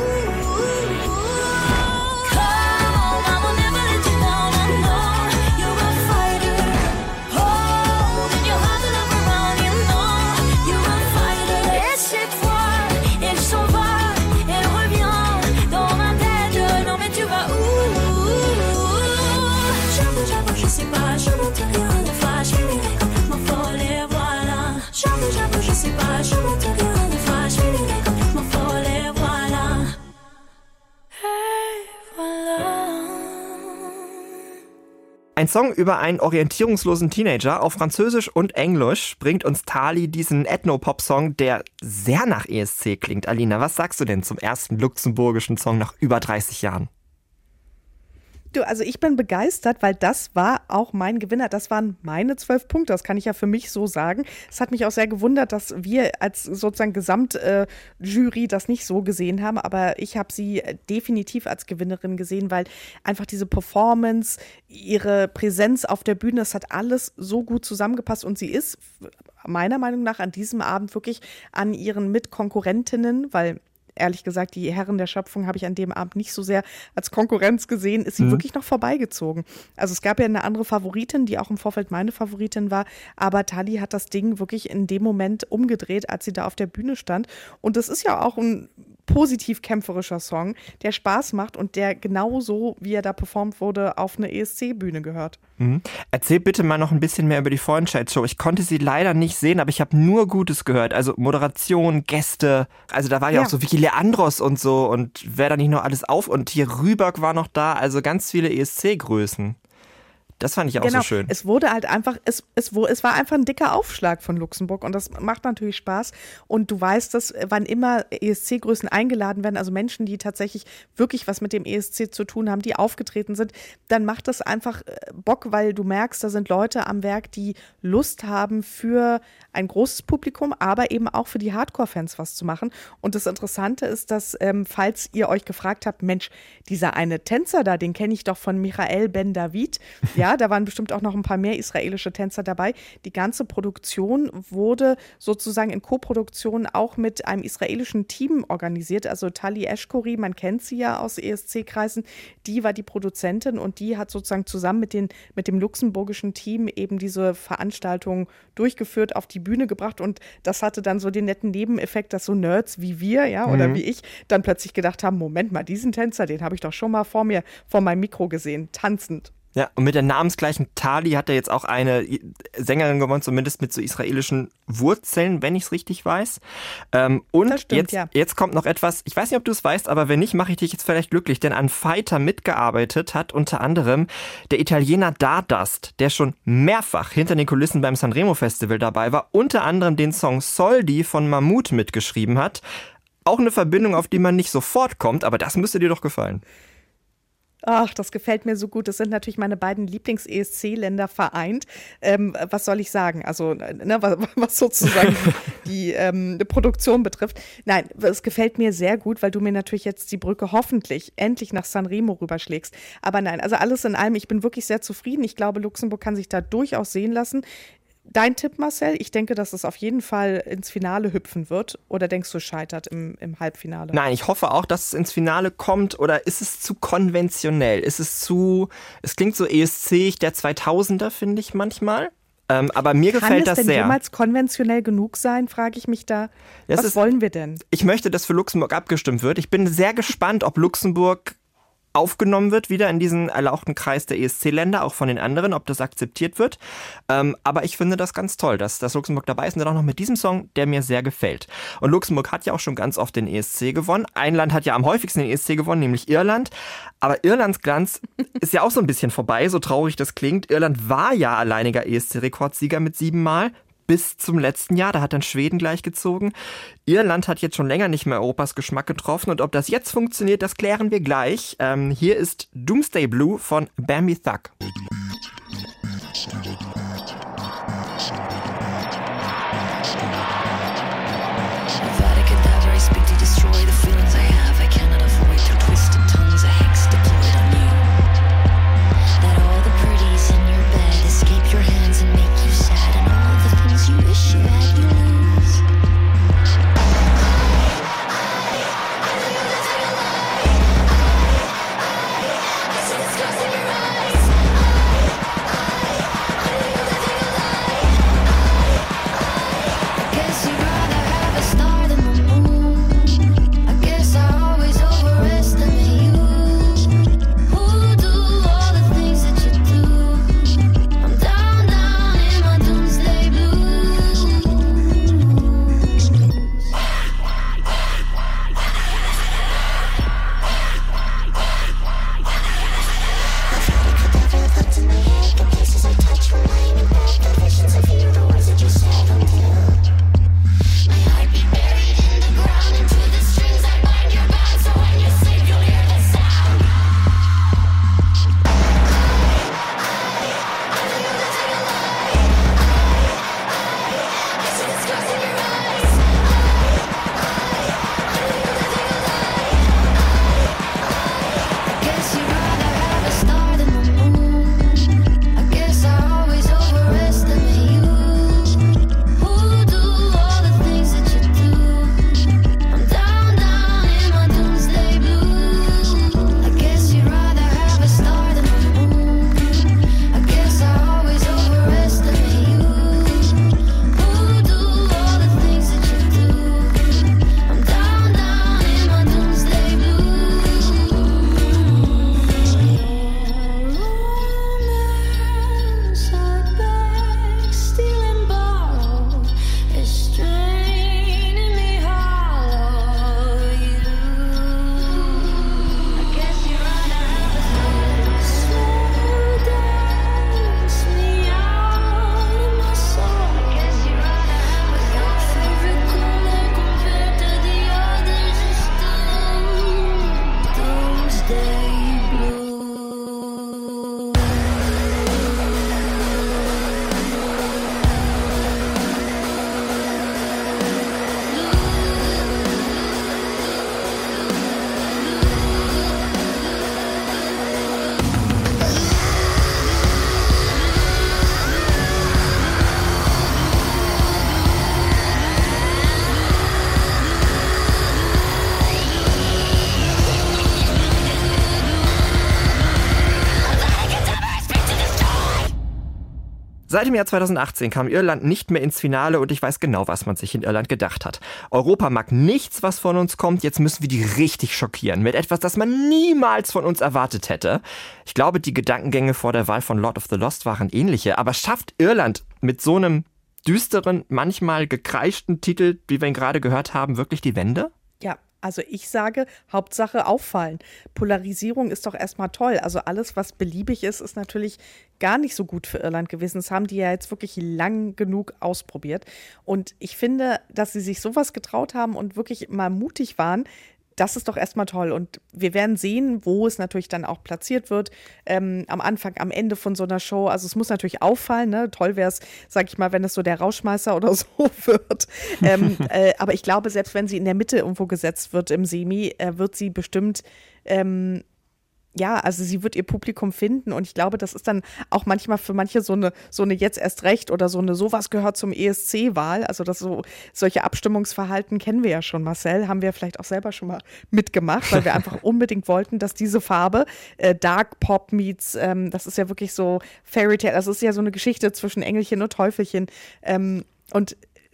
Speaker 2: Ein Song über einen orientierungslosen Teenager auf Französisch und Englisch bringt uns Tali diesen Ethno-Pop-Song, der sehr nach E S C klingt. Alina, was sagst du denn zum ersten luxemburgischen Song nach über dreißig Jahren?
Speaker 8: Du, also ich bin begeistert, weil das war auch mein Gewinner. Das waren meine zwölf Punkte. Das kann ich ja für mich so sagen. Es hat mich auch sehr gewundert, dass wir als sozusagen Gesamtjury äh, das nicht so gesehen haben. Aber ich habe sie definitiv als Gewinnerin gesehen, weil einfach diese Performance, ihre Präsenz auf der Bühne, das hat alles so gut zusammengepasst. Und sie ist meiner Meinung nach an diesem Abend wirklich an ihren Mitkonkurrentinnen, weil ehrlich gesagt, die Herren der Schöpfung habe ich an dem Abend nicht so sehr als Konkurrenz gesehen, ist sie mhm. wirklich noch vorbeigezogen. Also es gab ja eine andere Favoritin, die auch im Vorfeld meine Favoritin war, aber Tali hat das Ding wirklich in dem Moment umgedreht, als sie da auf der Bühne stand. Und das ist ja auch ein positiv kämpferischer Song, der Spaß macht und der genauso, wie er da performt wurde, auf eine E S C-Bühne gehört.
Speaker 2: Mhm. Erzähl bitte mal noch ein bisschen mehr über die Vorentscheid-Show. Ich konnte sie leider nicht sehen, aber ich habe nur Gutes gehört. Also Moderation, Gäste, also da war ja, ja auch so Vicky Leandros und so und wer da nicht noch alles auf und hier Rüberg war noch da, also ganz viele E S C-Größen. Das fand ich auch
Speaker 8: genau.
Speaker 2: so schön.
Speaker 8: Es wurde halt einfach, es, es, es war einfach ein dicker Aufschlag von Luxemburg und das macht natürlich Spaß. Und du weißt, dass wann immer E S C-Größen eingeladen werden, also Menschen, die tatsächlich wirklich was mit dem E S C zu tun haben, die aufgetreten sind, dann macht das einfach Bock, weil du merkst, da sind Leute am Werk, die Lust haben für ein großes Publikum, aber eben auch für die Hardcore-Fans was zu machen. Und das Interessante ist, dass, ähm, falls ihr euch gefragt habt, Mensch, dieser eine Tänzer da, den kenne ich doch von Michael Ben David, ja, da waren bestimmt auch noch ein paar mehr israelische Tänzer dabei. Die ganze Produktion wurde sozusagen in Co-Produktion auch mit einem israelischen Team organisiert. Also Tali Eschkori, man kennt sie ja aus E S C-Kreisen, die war die Produzentin und die hat sozusagen zusammen mit, den, mit dem luxemburgischen Team eben diese Veranstaltung durchgeführt, auf die Bühne gebracht und das hatte dann so den netten Nebeneffekt, dass so Nerds wie wir, ja, oder mhm. wie ich, dann plötzlich gedacht haben, Moment mal, diesen Tänzer, den habe ich doch schon mal vor mir, vor meinem Mikro gesehen, tanzend.
Speaker 2: Ja, und mit der namensgleichen Tali hat er jetzt auch eine Sängerin gewonnen, zumindest mit so israelischen Wurzeln, wenn ich es richtig weiß. Ähm, und
Speaker 8: das stimmt,
Speaker 2: jetzt,
Speaker 8: ja.
Speaker 2: jetzt kommt noch etwas, ich weiß nicht, ob du es weißt, aber wenn nicht, mache ich dich jetzt vielleicht glücklich, denn an Fighter mitgearbeitet hat unter anderem der Italiener Dardust, der schon mehrfach hinter den Kulissen beim Sanremo Festival dabei war, unter anderem den Song Soldi von Mammut mitgeschrieben hat. Auch eine Verbindung, auf die man nicht sofort kommt, aber das müsste dir doch gefallen.
Speaker 8: Ach, das gefällt mir so gut. Das sind natürlich meine beiden Lieblings-E S C-Länder vereint. Ähm, was soll ich sagen? Also, ne, was, was sozusagen die ähm, Produktion betrifft. Nein, es gefällt mir sehr gut, weil du mir natürlich jetzt die Brücke hoffentlich endlich nach Sanremo rüberschlägst. Aber nein, also alles in allem, ich bin wirklich sehr zufrieden. Ich glaube, Luxemburg kann sich da durchaus sehen lassen. Dein Tipp, Marcel? Ich denke, dass es auf jeden Fall ins Finale hüpfen wird. Oder denkst du, es scheitert im, im Halbfinale?
Speaker 2: Nein, ich hoffe auch, dass es ins Finale kommt. Oder ist es zu konventionell? Ist es zu, es klingt so E S C der zweitausender, finde ich manchmal. Ähm, aber mir
Speaker 8: Kann
Speaker 2: gefällt das sehr.
Speaker 8: Kann es denn jemals konventionell genug sein, frage ich mich da.
Speaker 2: Das
Speaker 8: Was
Speaker 2: ist,
Speaker 8: wollen wir denn?
Speaker 2: Ich möchte, dass für Luxemburg abgestimmt wird. Ich bin sehr gespannt, ob Luxemburg aufgenommen wird, wieder in diesen erlauchten Kreis der E S C-Länder, auch von den anderen, ob das akzeptiert wird. Ähm, aber ich finde das ganz toll, dass, dass Luxemburg dabei ist und dann auch noch mit diesem Song, der mir sehr gefällt. Und Luxemburg hat ja auch schon ganz oft den E S C gewonnen. Ein Land hat ja am häufigsten den E S C gewonnen, nämlich Irland. Aber Irlands Glanz ist ja auch so ein bisschen vorbei, so traurig das klingt. Irland war ja alleiniger E S C-Rekordsieger mit sieben Mal. Bis zum letzten Jahr, da hat dann Schweden gleich gezogen. Irland hat jetzt schon länger nicht mehr Europas Geschmack getroffen und ob das jetzt funktioniert, das klären wir gleich. Ähm, hier ist Doomsday Blue von Bambi Thug.
Speaker 5: Closing your eyes.
Speaker 2: Seit dem Jahr zweitausendachtzehn kam Irland nicht mehr ins Finale und ich weiß genau, was man sich in Irland gedacht hat. Europa mag nichts, was von uns kommt, jetzt müssen wir die richtig schockieren mit etwas, das man niemals von uns erwartet hätte. Ich glaube, die Gedankengänge vor der Wahl von Lord of the Lost waren ähnliche, aber schafft Irland mit so einem düsteren, manchmal gekreischten Titel, wie wir ihn gerade gehört haben, wirklich die Wende?
Speaker 8: Ja. Also ich sage, Hauptsache auffallen. Polarisierung ist doch erstmal toll. Also alles, was beliebig ist, ist natürlich gar nicht so gut für Irland gewesen. Das haben die ja jetzt wirklich lang genug ausprobiert. Und ich finde, dass sie sich sowas getraut haben und wirklich mal mutig waren, das ist doch erstmal toll. Und wir werden sehen, wo es natürlich dann auch platziert wird. Ähm, am Anfang, am Ende von so einer Show. Also es muss natürlich auffallen. Ne? Toll wäre es, sag ich mal, wenn es so der Rauschmeißer oder so wird. ähm, äh, aber ich glaube, selbst wenn sie in der Mitte irgendwo gesetzt wird im Semi, äh, wird sie bestimmt ähm, ja, also sie wird ihr Publikum finden und ich glaube, das ist dann auch manchmal für manche so eine, so eine jetzt erst recht oder so eine sowas gehört zum E S C-Wahl, also das so, solche Abstimmungsverhalten kennen wir ja schon, Marcel, haben wir vielleicht auch selber schon mal mitgemacht, weil wir einfach unbedingt wollten, dass diese Farbe, äh, Dark Pop meets, ähm, das ist ja wirklich so Fairy Tale, das ist ja so eine Geschichte zwischen Engelchen und Teufelchen ähm, und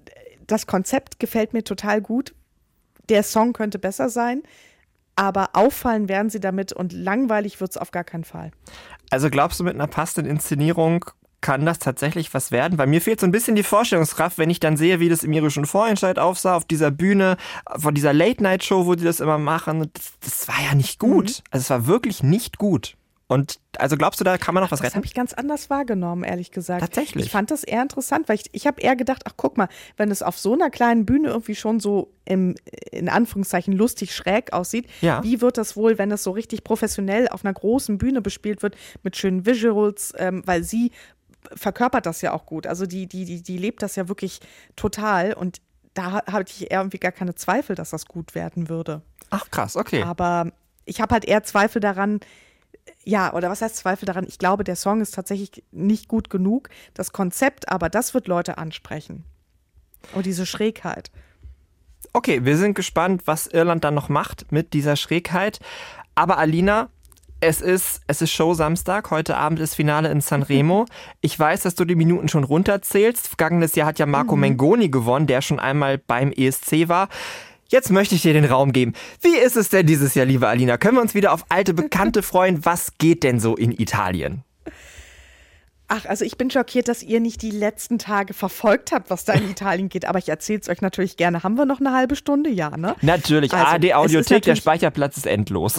Speaker 8: das Konzept gefällt mir total gut, der Song könnte besser sein, aber auffallen werden sie damit und langweilig wird es auf gar keinen Fall.
Speaker 2: Also glaubst du, mit einer passenden Inszenierung kann das tatsächlich was werden? Weil mir fehlt so ein bisschen die Vorstellungskraft, wenn ich dann sehe, wie das im irischen Vorentscheid aufsah, auf dieser Bühne, von dieser Late-Night-Show, wo die das immer machen. Das, das war ja nicht gut. Mhm. Also es war wirklich nicht gut. Und also glaubst du, da kann man noch was retten?
Speaker 8: Das habe ich ganz anders wahrgenommen, ehrlich gesagt.
Speaker 2: Tatsächlich?
Speaker 8: Ich fand das eher interessant, weil ich, ich habe eher gedacht, ach guck mal, wenn es auf so einer kleinen Bühne irgendwie schon so im, in Anführungszeichen lustig schräg aussieht,
Speaker 2: ja.
Speaker 8: Wie wird das wohl, wenn es so richtig professionell auf einer großen Bühne bespielt wird, mit schönen Visuals, ähm, weil sie verkörpert das ja auch gut. Also die, die, die, die lebt das ja wirklich total und da hatte ich eher irgendwie gar keine Zweifel, dass das gut werden würde.
Speaker 2: Ach krass, okay.
Speaker 8: Aber ich habe halt eher Zweifel daran, ja, oder was heißt Zweifel daran? Ich glaube, der Song ist tatsächlich nicht gut genug. Das Konzept, aber das wird Leute ansprechen. Und diese Schrägheit.
Speaker 2: Okay, wir sind gespannt, was Irland dann noch macht mit dieser Schrägheit. Aber Alina, es ist, es ist Show-Samstag. Heute Abend ist Finale in Sanremo. Ich weiß, dass du die Minuten schon runterzählst. Vergangenes Jahr hat ja Marco mhm. Mengoni gewonnen, der schon einmal beim E S C war. Jetzt möchte ich dir den Raum geben. Wie ist es denn dieses Jahr, liebe Alina? Können wir uns wieder auf alte Bekannte freuen? Was geht denn so in Italien?
Speaker 8: Ach, also ich bin schockiert, dass ihr nicht die letzten Tage verfolgt habt, was da in Italien geht. Aber ich erzähle es euch natürlich gerne. Haben wir noch eine halbe Stunde? Ja, ne?
Speaker 2: Natürlich. Also, A R D-Audiothek, der Speicherplatz ist endlos.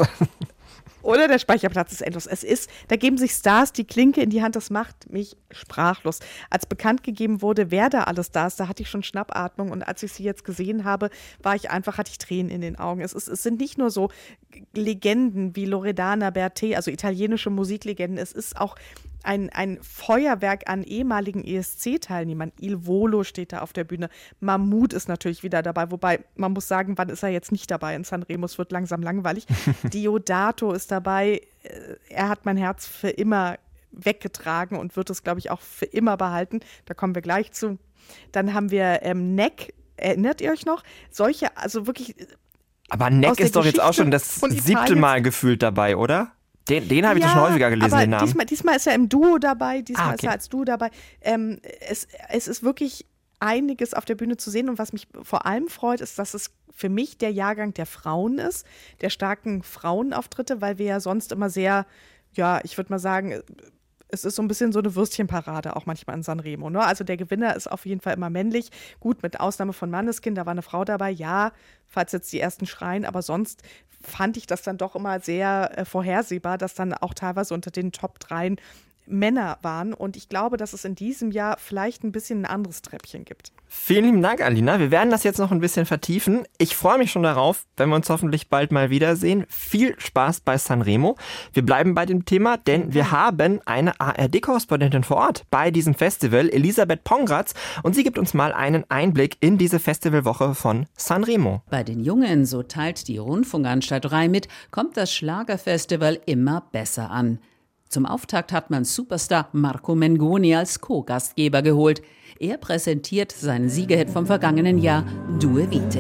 Speaker 8: Oder der Speicherplatz ist endlos. Es ist, da geben sich Stars die Klinke in die Hand, das macht mich sprachlos. Als bekannt gegeben wurde, wer da alles da ist, da hatte ich schon Schnappatmung und als ich sie jetzt gesehen habe, war ich einfach, hatte ich Tränen in den Augen. Es, ist, es sind nicht nur so Legenden wie Loredana Bertè, also italienische Musiklegenden, es ist auch ein, ein Feuerwerk an ehemaligen E S C-Teilnehmern. Il Volo steht da auf der Bühne. Mahmood ist natürlich wieder dabei, wobei man muss sagen, wann ist er jetzt nicht dabei in Sanremo? Es wird langsam langweilig. Diodato ist dabei. Er hat mein Herz für immer weggetragen und wird es, glaube ich, auch für immer behalten. Da kommen wir gleich zu. Dann haben wir ähm, Neck. Erinnert ihr euch noch? Solche, also wirklich.
Speaker 2: Aber Neck ist doch jetzt auch schon das siebte Mal gefühlt dabei, oder? Den, den habe ich ja, doch schon häufiger gelesen,
Speaker 8: aber
Speaker 2: den Namen.
Speaker 8: Diesmal, diesmal ist er im Duo dabei, diesmal
Speaker 2: ah, okay.
Speaker 8: ist er als Duo dabei. Ähm, es, es ist wirklich einiges auf der Bühne zu sehen und was mich vor allem freut, ist, dass es für mich der Jahrgang der Frauen ist, der starken Frauenauftritte, weil wir ja sonst immer sehr, ja, ich würde mal sagen, es ist so ein bisschen so eine Würstchenparade auch manchmal in Sanremo. Ne? Also der Gewinner ist auf jeden Fall immer männlich. Gut, mit Ausnahme von Måneskin, da war eine Frau dabei. Ja, falls jetzt die ersten schreien, aber sonst fand ich das dann doch immer sehr äh, vorhersehbar, dass dann auch teilweise unter den Top dreien Männer waren. Und ich glaube, dass es in diesem Jahr vielleicht ein bisschen ein anderes Treppchen gibt.
Speaker 2: Vielen lieben Dank, Alina. Wir werden das jetzt noch ein bisschen vertiefen. Ich freue mich schon darauf, wenn wir uns hoffentlich bald mal wiedersehen. Viel Spaß bei Sanremo. Wir bleiben bei dem Thema, denn wir haben eine A R D-Korrespondentin vor Ort bei diesem Festival, Elisabeth Pongratz. Und sie gibt uns mal einen Einblick in diese Festivalwoche von Sanremo.
Speaker 9: Bei den Jungen, so teilt die Rundfunkanstalt drei mit, kommt das Schlagerfestival immer besser an. Zum Auftakt hat man Superstar Marco Mengoni als Co-Gastgeber geholt. Er präsentiert seinen Siegerhit vom vergangenen Jahr, Due Vite.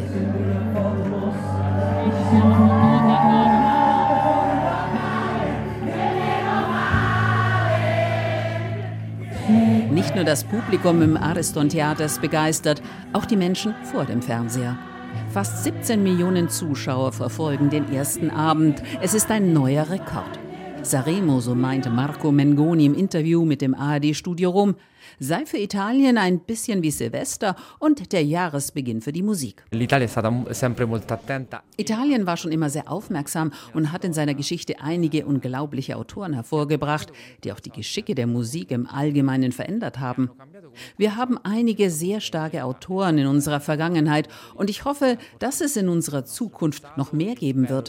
Speaker 9: Nicht nur das Publikum im Ariston-Theater ist begeistert, auch die Menschen vor dem Fernseher. Fast siebzehn Millionen Zuschauer verfolgen den ersten Abend. Es ist ein neuer Rekord. Sanremo, so meinte Marco Mengoni im Interview mit dem A R D-Studio Rom, sei für Italien ein bisschen wie Silvester und der Jahresbeginn für die Musik. Italien war schon immer sehr aufmerksam und hat in seiner Geschichte einige unglaubliche Autoren hervorgebracht, die auch die Geschicke der Musik im Allgemeinen verändert haben. Wir haben einige sehr starke Autoren in unserer Vergangenheit und ich hoffe, dass es in unserer Zukunft noch mehr geben wird.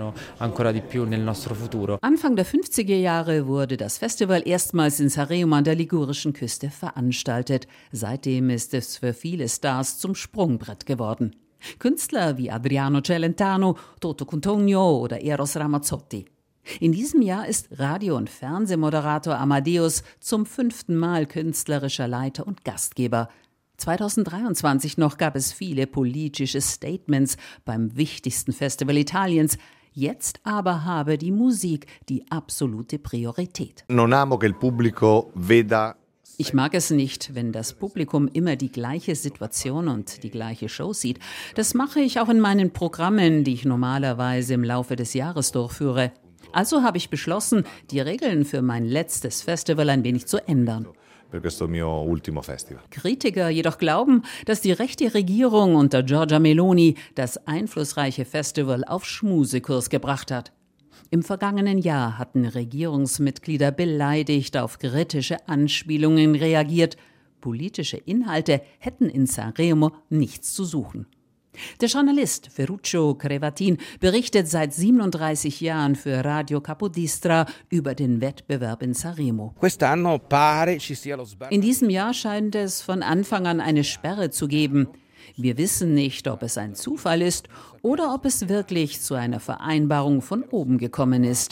Speaker 9: Anfang der fünfziger Jahre wurde das Festival erstmals in Sanremo an der ligurischen Küste veranstaltet. Seitdem ist es für viele Stars zum Sprungbrett geworden. Künstler wie Adriano Celentano, Toto Cutugno oder Eros Ramazzotti. In diesem Jahr ist Radio- und Fernsehmoderator Amadeus zum fünften Mal künstlerischer Leiter und Gastgeber. zweitausenddreiundzwanzig noch gab es viele politische Statements beim wichtigsten Festival Italiens. Jetzt aber habe die Musik die absolute Priorität.
Speaker 10: Non amo che il pubblico veda.
Speaker 9: Ich mag es nicht, wenn das Publikum immer die gleiche Situation und die gleiche Show sieht. Das mache ich auch in meinen Programmen, die ich normalerweise im Laufe des Jahres durchführe. Also habe ich beschlossen, die Regeln für mein letztes Festival ein wenig zu ändern.
Speaker 10: Per questo mio ultimo festival.
Speaker 9: Kritiker jedoch glauben, dass die rechte Regierung unter Giorgia Meloni das einflussreiche Festival auf Schmusekurs gebracht hat. Im vergangenen Jahr hatten Regierungsmitglieder beleidigt auf kritische Anspielungen reagiert. Politische Inhalte hätten in Sanremo nichts zu suchen. Der Journalist Ferruccio Crevatin berichtet seit siebenunddreißig Jahren für Radio Capodistra über den Wettbewerb in Sanremo. In diesem Jahr scheint es von Anfang an eine Sperre zu geben. Wir wissen nicht, ob es ein Zufall ist oder ob es wirklich zu einer Vereinbarung von oben gekommen ist.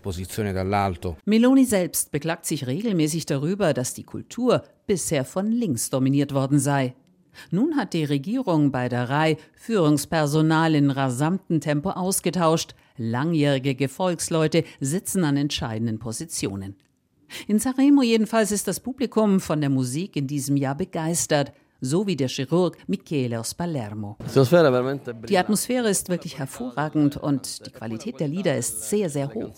Speaker 9: Meloni selbst beklagt sich regelmäßig darüber, dass die Kultur bisher von links dominiert worden sei. Nun hat die Regierung bei der Rai Führungspersonal in rasantem Tempo ausgetauscht. Langjährige Gefolgsleute sitzen an entscheidenden Positionen. In Sanremo jedenfalls ist das Publikum von der Musik in diesem Jahr begeistert. So wie der Chirurg Michele aus Palermo. Die Atmosphäre ist wirklich hervorragend und die Qualität der Lieder ist sehr, sehr hoch.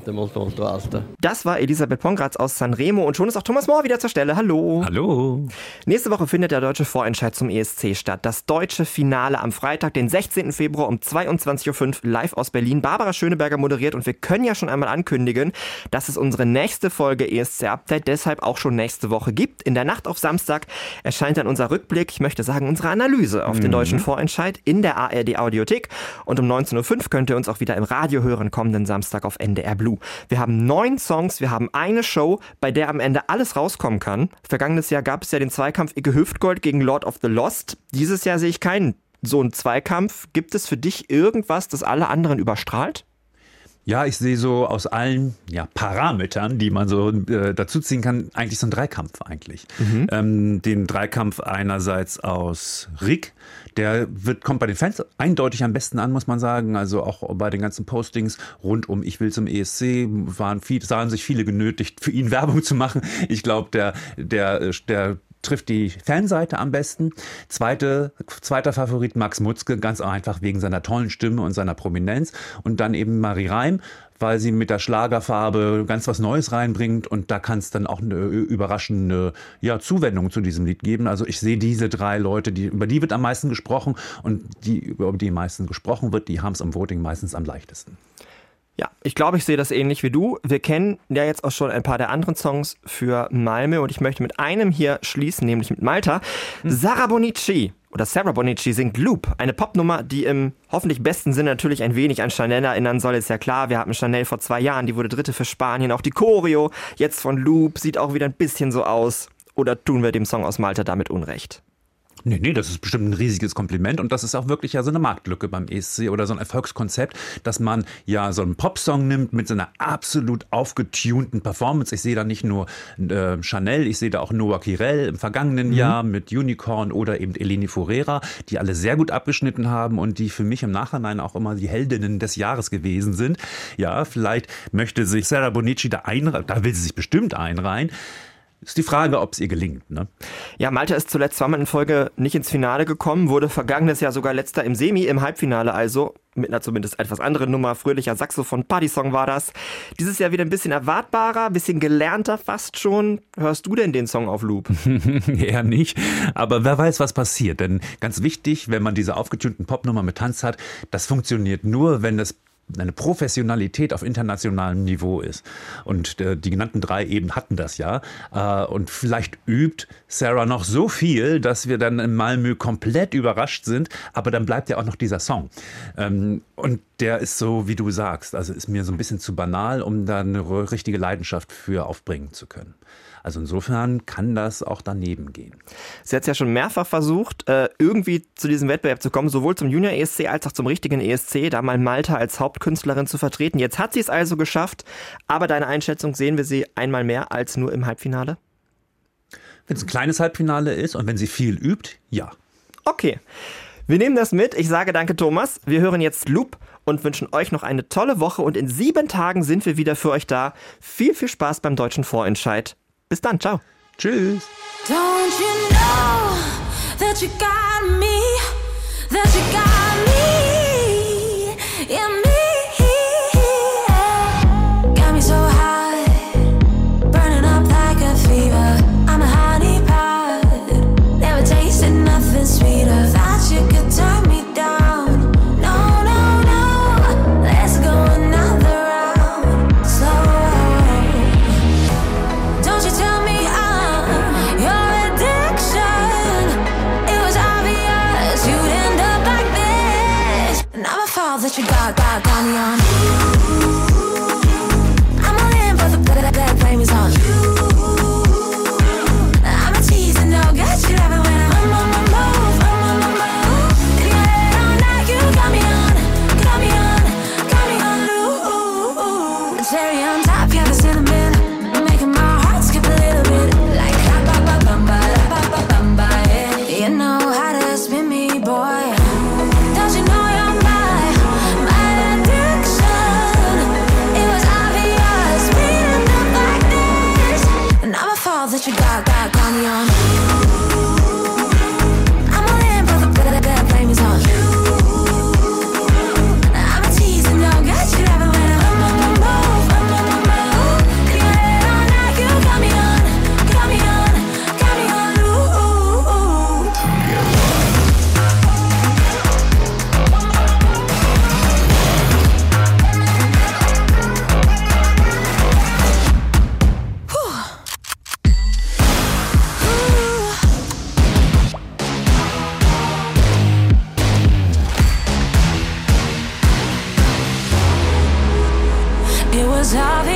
Speaker 2: Das war Elisabeth Pongratz aus Sanremo und schon ist auch Thomas Mohr wieder zur Stelle. Hallo.
Speaker 3: Hallo.
Speaker 2: Nächste Woche findet der deutsche Vorentscheid zum E S C statt. Das deutsche Finale am Freitag, den sechzehnten Februar um zweiundzwanzig Uhr fünf live aus Berlin. Barbara Schöneberger moderiert und wir können ja schon einmal ankündigen, dass es unsere nächste Folge E S C Update deshalb auch schon nächste Woche gibt. In der Nacht auf Samstag erscheint dann unser Rückblick, ich möchte sagen, unsere Analyse auf mhm. den deutschen Vorentscheid in der A R D Audiothek. Und um neunzehn Uhr fünf könnt ihr uns auch wieder im Radio hören, kommenden Samstag auf N D R Blue. Wir haben neun Songs, wir haben eine Show, bei der am Ende alles rauskommen kann. Vergangenes Jahr gab es ja den Zweikampf Icke Hüftgold gegen Lord of the Lost. Dieses Jahr sehe ich keinen so einen Zweikampf. Gibt es für dich irgendwas, das alle anderen überstrahlt?
Speaker 3: Ja, ich sehe so aus allen ja, Parametern, die man so äh, dazuziehen kann, eigentlich so einen Dreikampf eigentlich. Mhm. Ähm, den Dreikampf einerseits aus Rick, der wird, kommt bei den Fans eindeutig am besten an, muss man sagen. Also auch bei den ganzen Postings rund um Ich will zum E S C waren viel, sahen sich viele genötigt, für ihn Werbung zu machen. Ich glaube, der, der, der trifft die Fanseite am besten. Zweite, zweiter Favorit Max Mutzke, ganz einfach wegen seiner tollen Stimme und seiner Prominenz. Und dann eben Marie Reim, weil sie mit der Schlagerfarbe ganz was Neues reinbringt. Und da kann es dann auch eine überraschende ja, Zuwendung zu diesem Lied geben. Also ich sehe diese drei Leute, die, über die wird am meisten gesprochen. Und die, über die am meisten gesprochen wird, die haben es am Voting meistens am leichtesten.
Speaker 2: Ja, ich glaube, ich sehe das ähnlich wie du. Wir kennen ja jetzt auch schon ein paar der anderen Songs für Malmö und ich möchte mit einem hier schließen, nämlich mit Malta. Hm. Sara Bonici oder Sarah Bonici singt Loop, eine Popnummer, die im hoffentlich besten Sinne natürlich ein wenig an Chanel erinnern soll. Ist ja klar, wir hatten Chanel vor zwei Jahren, die wurde Dritte für Spanien. Auch die Choreo jetzt von Loop sieht auch wieder ein bisschen so aus. Oder tun wir dem Song aus Malta damit Unrecht?
Speaker 3: Nee, nee, das ist bestimmt ein riesiges Kompliment und das ist auch wirklich ja so eine Marktlücke beim E S C oder so ein Erfolgskonzept, dass man ja so einen Popsong nimmt mit so einer absolut aufgetunten Performance. Ich sehe da nicht nur äh, Chanel, ich sehe da auch Noah Kirel im vergangenen mhm. Jahr mit Unicorn oder eben Eleni Foureira, die alle sehr gut abgeschnitten haben und die für mich im Nachhinein auch immer die Heldinnen des Jahres gewesen sind. Ja, vielleicht möchte sich Sara Bonici da einreihen, da will sie sich bestimmt einreihen. Ist die Frage, ob es ihr gelingt. Ne?
Speaker 2: Ja, Malta ist zuletzt zweimal in Folge nicht ins Finale gekommen, wurde vergangenes Jahr sogar letzter im Semi, im Halbfinale also, mit einer zumindest etwas anderen Nummer, fröhlicher Saxophon-Partysong war das. Dieses Jahr wieder ein bisschen erwartbarer, ein bisschen gelernter fast schon. Hörst du denn den Song auf Loop?
Speaker 3: Eher nicht, aber wer weiß, was passiert. Denn ganz wichtig, wenn man diese aufgetönten Popnummer mit Tanz hat, das funktioniert nur, wenn es eine Professionalität auf internationalem Niveau ist. Und äh, die genannten drei eben hatten das ja. Äh, und vielleicht übt Sarah noch so viel, dass wir dann in Malmö komplett überrascht sind. Aber dann bleibt ja auch noch dieser Song. Ähm, und der ist so, wie du sagst, also ist mir so ein bisschen zu banal, um da eine richtige Leidenschaft für aufbringen zu können. Also insofern kann das auch daneben gehen.
Speaker 2: Sie hat es ja schon mehrfach versucht, irgendwie zu diesem Wettbewerb zu kommen, sowohl zum Junior E S C als auch zum richtigen E S C, da mal Malta als Hauptkünstlerin zu vertreten. Jetzt hat sie es also geschafft, aber deine Einschätzung, sehen wir sie einmal mehr als nur im Halbfinale?
Speaker 3: Wenn es ein kleines Halbfinale ist und wenn sie viel übt, ja.
Speaker 2: Okay, wir nehmen das mit. Ich sage danke, Thomas. Wir hören jetzt Loop und wünschen euch noch eine tolle Woche und in sieben Tagen sind wir wieder für euch da. Viel, viel Spaß beim deutschen Vorentscheid. Bis dann, ciao.
Speaker 3: Tschüss.
Speaker 7: Don't you know that you got me, that you got me, yeah, me. Got me so high, burning up like a fever. I'm a honey pot, never tasted nothing sweeter. Thought you could turn me down. No, no, no, let's go another round. Slow. Don't you tell me I'm your addiction. It was obvious you'd end up like this. And I'm a fall that you got, got, got me on. I'm all in, but the bad, bad blame is on you. I'm a tease and no get you everywhere. I'm on my move, I'm on my move. In your head all night, you got me on, got me on, got me on loose. Cherry on top, yeah, the cinnamon. Making my heart skip a little bit. Like la ba ba bamba, la ba ba bamba, yeah. You know how to spin me, boy. Don't you know you're my, my addiction? It was obvious, speeding up like this. And I'm a fall that you got, got, got me on. I'm all in, but the bad, bad blame is on you. I'm a tease and no get you everywhere. I'm on my move, I'm on my move. In your head all night, you got me on, got me on, got me on loose. It was obvious